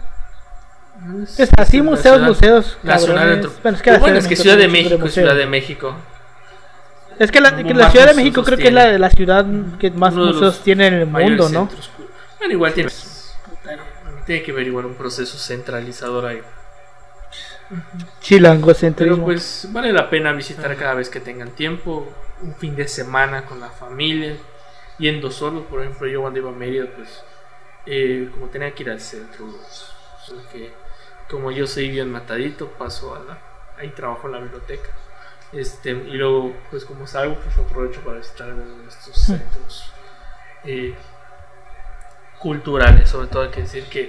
no es- Es así, es la museos, ciudad museos. nacional cabrones. dentro. Bueno, es que, Lo la bueno es que Ciudad de tiene un chingo México es Ciudad de museos. México. Es que la, Como que la más Ciudad de museos México creo que es la, tiene. la ciudad que más Uno de museos los tiene en el mayores mundo, ¿no? centros. Bueno, igual tiene, tiene que ver igual un proceso centralizador ahí. Pero Chilangocentrismo. pues vale la pena visitar cada vez que tengan tiempo, un fin de semana con la familia, yendo solo. Por ejemplo, yo cuando iba a Mérida, pues eh, como tenía que ir al centro, pues, solo que como yo soy bien matadito, paso a la, ahí trabajo en la biblioteca. Este, y luego, pues como salgo, pues aprovecho para visitar algunos de estos centros eh, culturales. Sobre todo hay que decir que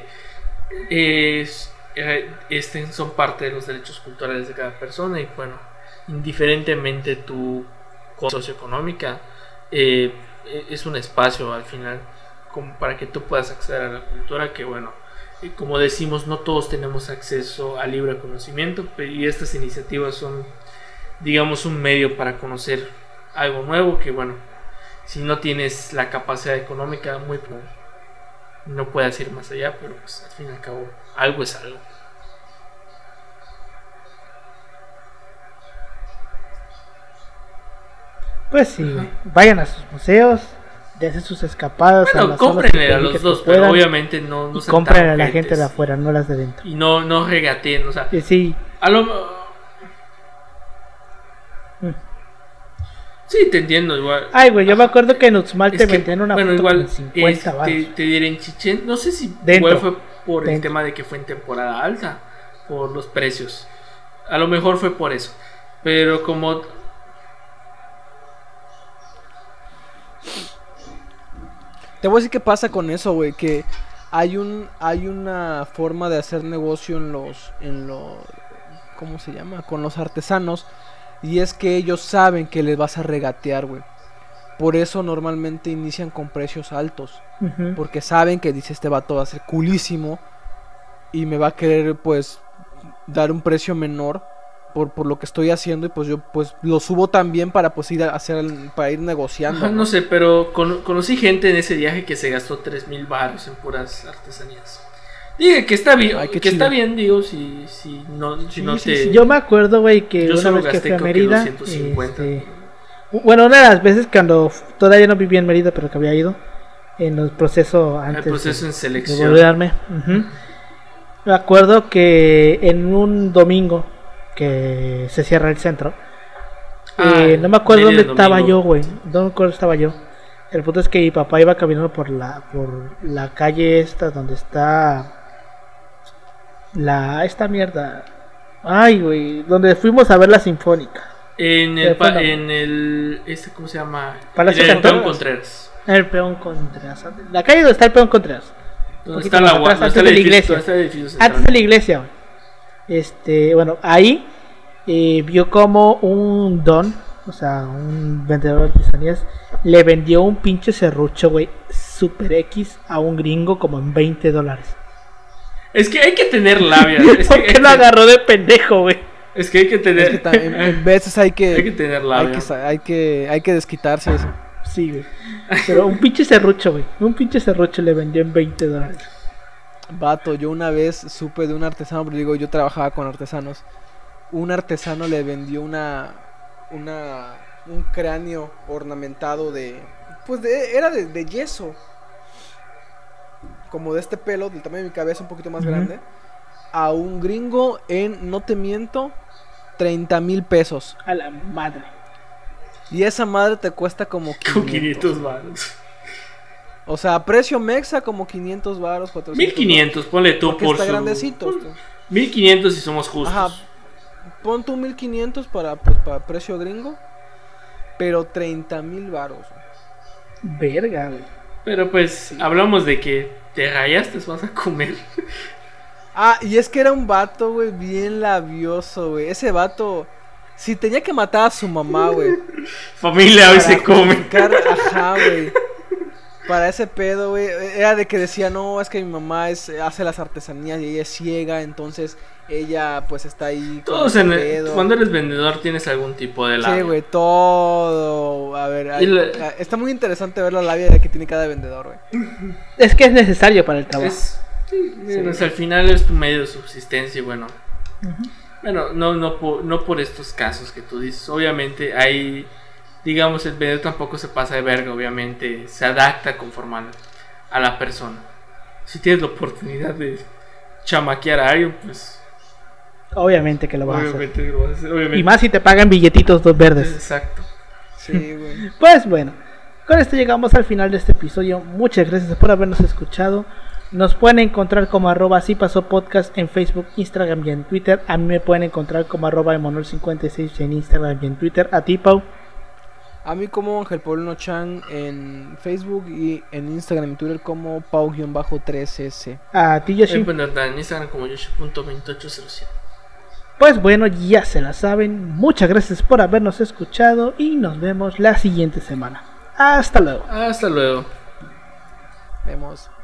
es, eh, este, son parte de los derechos culturales de cada persona, y bueno, indiferentemente tu condición socioeconómica, eh, es un espacio al final como para que tú puedas acceder a la cultura, que bueno, eh, como decimos, no todos tenemos acceso al libre conocimiento, pe- y estas iniciativas son, digamos, un medio para conocer algo nuevo, que bueno, si no tienes la capacidad económica, muy no, no puedes ir más allá, pero pues al fin y al cabo algo es algo. Pues sí, güey. Vayan a sus museos, dense sus escapadas. a Bueno, las zonas cómprenle a icónicas los que dos, pero puedan, obviamente no, no y sean compren tan a la gente ojetes. de afuera, no las de dentro. Y no, no regateen, o sea, Y sí, a lo mm, Sí, te entiendo, igual. Ay, güey, yo me acuerdo que en Uxmal te Es que, vendían una bueno, foto igual, con cincuenta es- te, baros. te diré en Chichén, no sé si Dentro. igual fue por el Dentro. tema de que fue en temporada alta, por los precios. A lo mejor fue por eso. Pero como Te voy a decir qué pasa con eso, güey, que hay un hay una forma de hacer negocio en los en los ¿cómo se llama? Con los artesanos, y es que ellos saben que les vas a regatear, güey. Por eso normalmente inician con precios altos, Ujú. porque saben que dice este vato va a ser culísimo y me va a querer pues dar un precio menor por, por lo que estoy haciendo, y pues yo pues lo subo también para pues ir a hacer el- para ir negociando. Ajá, ¿no? no sé, pero con- conocí gente en ese viaje que se gastó tres mil baros en puras artesanías. Dije que está bien, Ay, qué que chido. está bien, digo, si, si no, si Sí, no sí, te... sí. Yo me acuerdo, güey, que Yo una solo vez que gasté fui a creo que Mérida, doscientos cincuenta. este, bueno, una de las veces cuando f- todavía no vivía en Mérida, pero que había ido en el proceso El antes proceso de, en de selección. volverme. Ujú. Me acuerdo que en un domingo que se cierra el centro, Ah, eh, no me acuerdo Mérida dónde estaba domingo. yo, güey. No me acuerdo dónde estaba yo. El punto es que mi papá iba caminando por la por la calle esta donde está la esta mierda. Ay, güey, donde fuimos a ver la Sinfónica. En el, Eh, pa- fue la- en el este, ¿cómo se llama? Palacio En el Contreras. Peón Contreras. El Peón Contreras. La calle donde está el Peón Contreras. Donde poquito está más la atrás, gua- donde antes está el de la edificio, iglesia. donde está el edificio central. Antes de la iglesia, güey. Este, bueno, ahí eh, vio como un don, o sea, un vendedor de artesanías, le vendió un pinche serrucho, güey, super X a un gringo como en veinte dólares. Es que hay que tener labia. Es ¿Por que, qué lo agarró de pendejo, güey? es que hay que tener. Es que ta- en, en veces hay que hay que tener hay labia. que sa- hay que hay que desquitarse eso. Sí, güey. Pero un pinche serrucho, güey. Un pinche serrucho le vendió en veinte dólares. Vato, yo una vez supe de un artesano, pero digo, yo trabajaba con artesanos. Un artesano le vendió una una un cráneo ornamentado de pues de, era de, de yeso. Como de este pelo, del tamaño de mi cabeza, un poquito más Ujú. grande, a un gringo en, no te miento, treinta mil pesos. A la madre. Y esa madre te cuesta como Con quinientos. quinientos baros. O sea, a precio mexa como quinientos varos, cuatrocientos. mil quinientos, ponle tú Porque por está su. grandecito. mil quinientos si somos justos. Ajá. Pon tu mil quinientos para, pues, para precio gringo. Pero treinta mil varos. Verga, güey. Pero pues hablamos de que te rayaste, vas a comer. Ah, y es que era un vato, güey, bien labioso, güey. Ese vato, si tenía que matar a su mamá, güey. Familia, hoy para se come. justificar- Ajá, güey. Para ese pedo, güey. Era de que decía, no, es que mi mamá es, hace las artesanías y ella es ciega, entonces ella pues está ahí con Todos ese en el- pedo. cuando eres vendedor tienes algún tipo de labia. Sí, güey, todo. A ver, hay- la- está muy interesante ver la labia de que tiene cada vendedor, güey. Es que es necesario para el trabajo. Es, sí, Sí. pues, al final es tu medio de subsistencia y bueno. Bueno, no, no, por, no por estos casos que tú dices. Obviamente hay, digamos, el vendedor tampoco se pasa de verga, obviamente se adapta conforme al- a la persona. Si tienes la oportunidad de chamaquear a alguien, pues Obviamente que lo vas a hacer. obviamente lo vas a hacer. Obviamente. Y más si te pagan billetitos dos verdes. Exacto. Sí, güey. Pues bueno, con esto llegamos al final de este episodio. Muchas gracias por habernos escuchado. Nos pueden encontrar como arroba así pasó podcast en Facebook, Instagram y en Twitter. A mí me pueden encontrar como arroba emanuel cincuenta y seis en Instagram y en Twitter. A ti, Pau. A mí como Ángel Paulino Chan en Facebook y en Instagram y Twitter como Pau tres S. A ti, Me Yoshi. pueden encontrar en Instagram como yoshi punto veintiocho cero siete. Pues bueno, ya se la saben. Muchas gracias por habernos escuchado y nos vemos la siguiente semana. Hasta luego. Hasta luego. Vemos.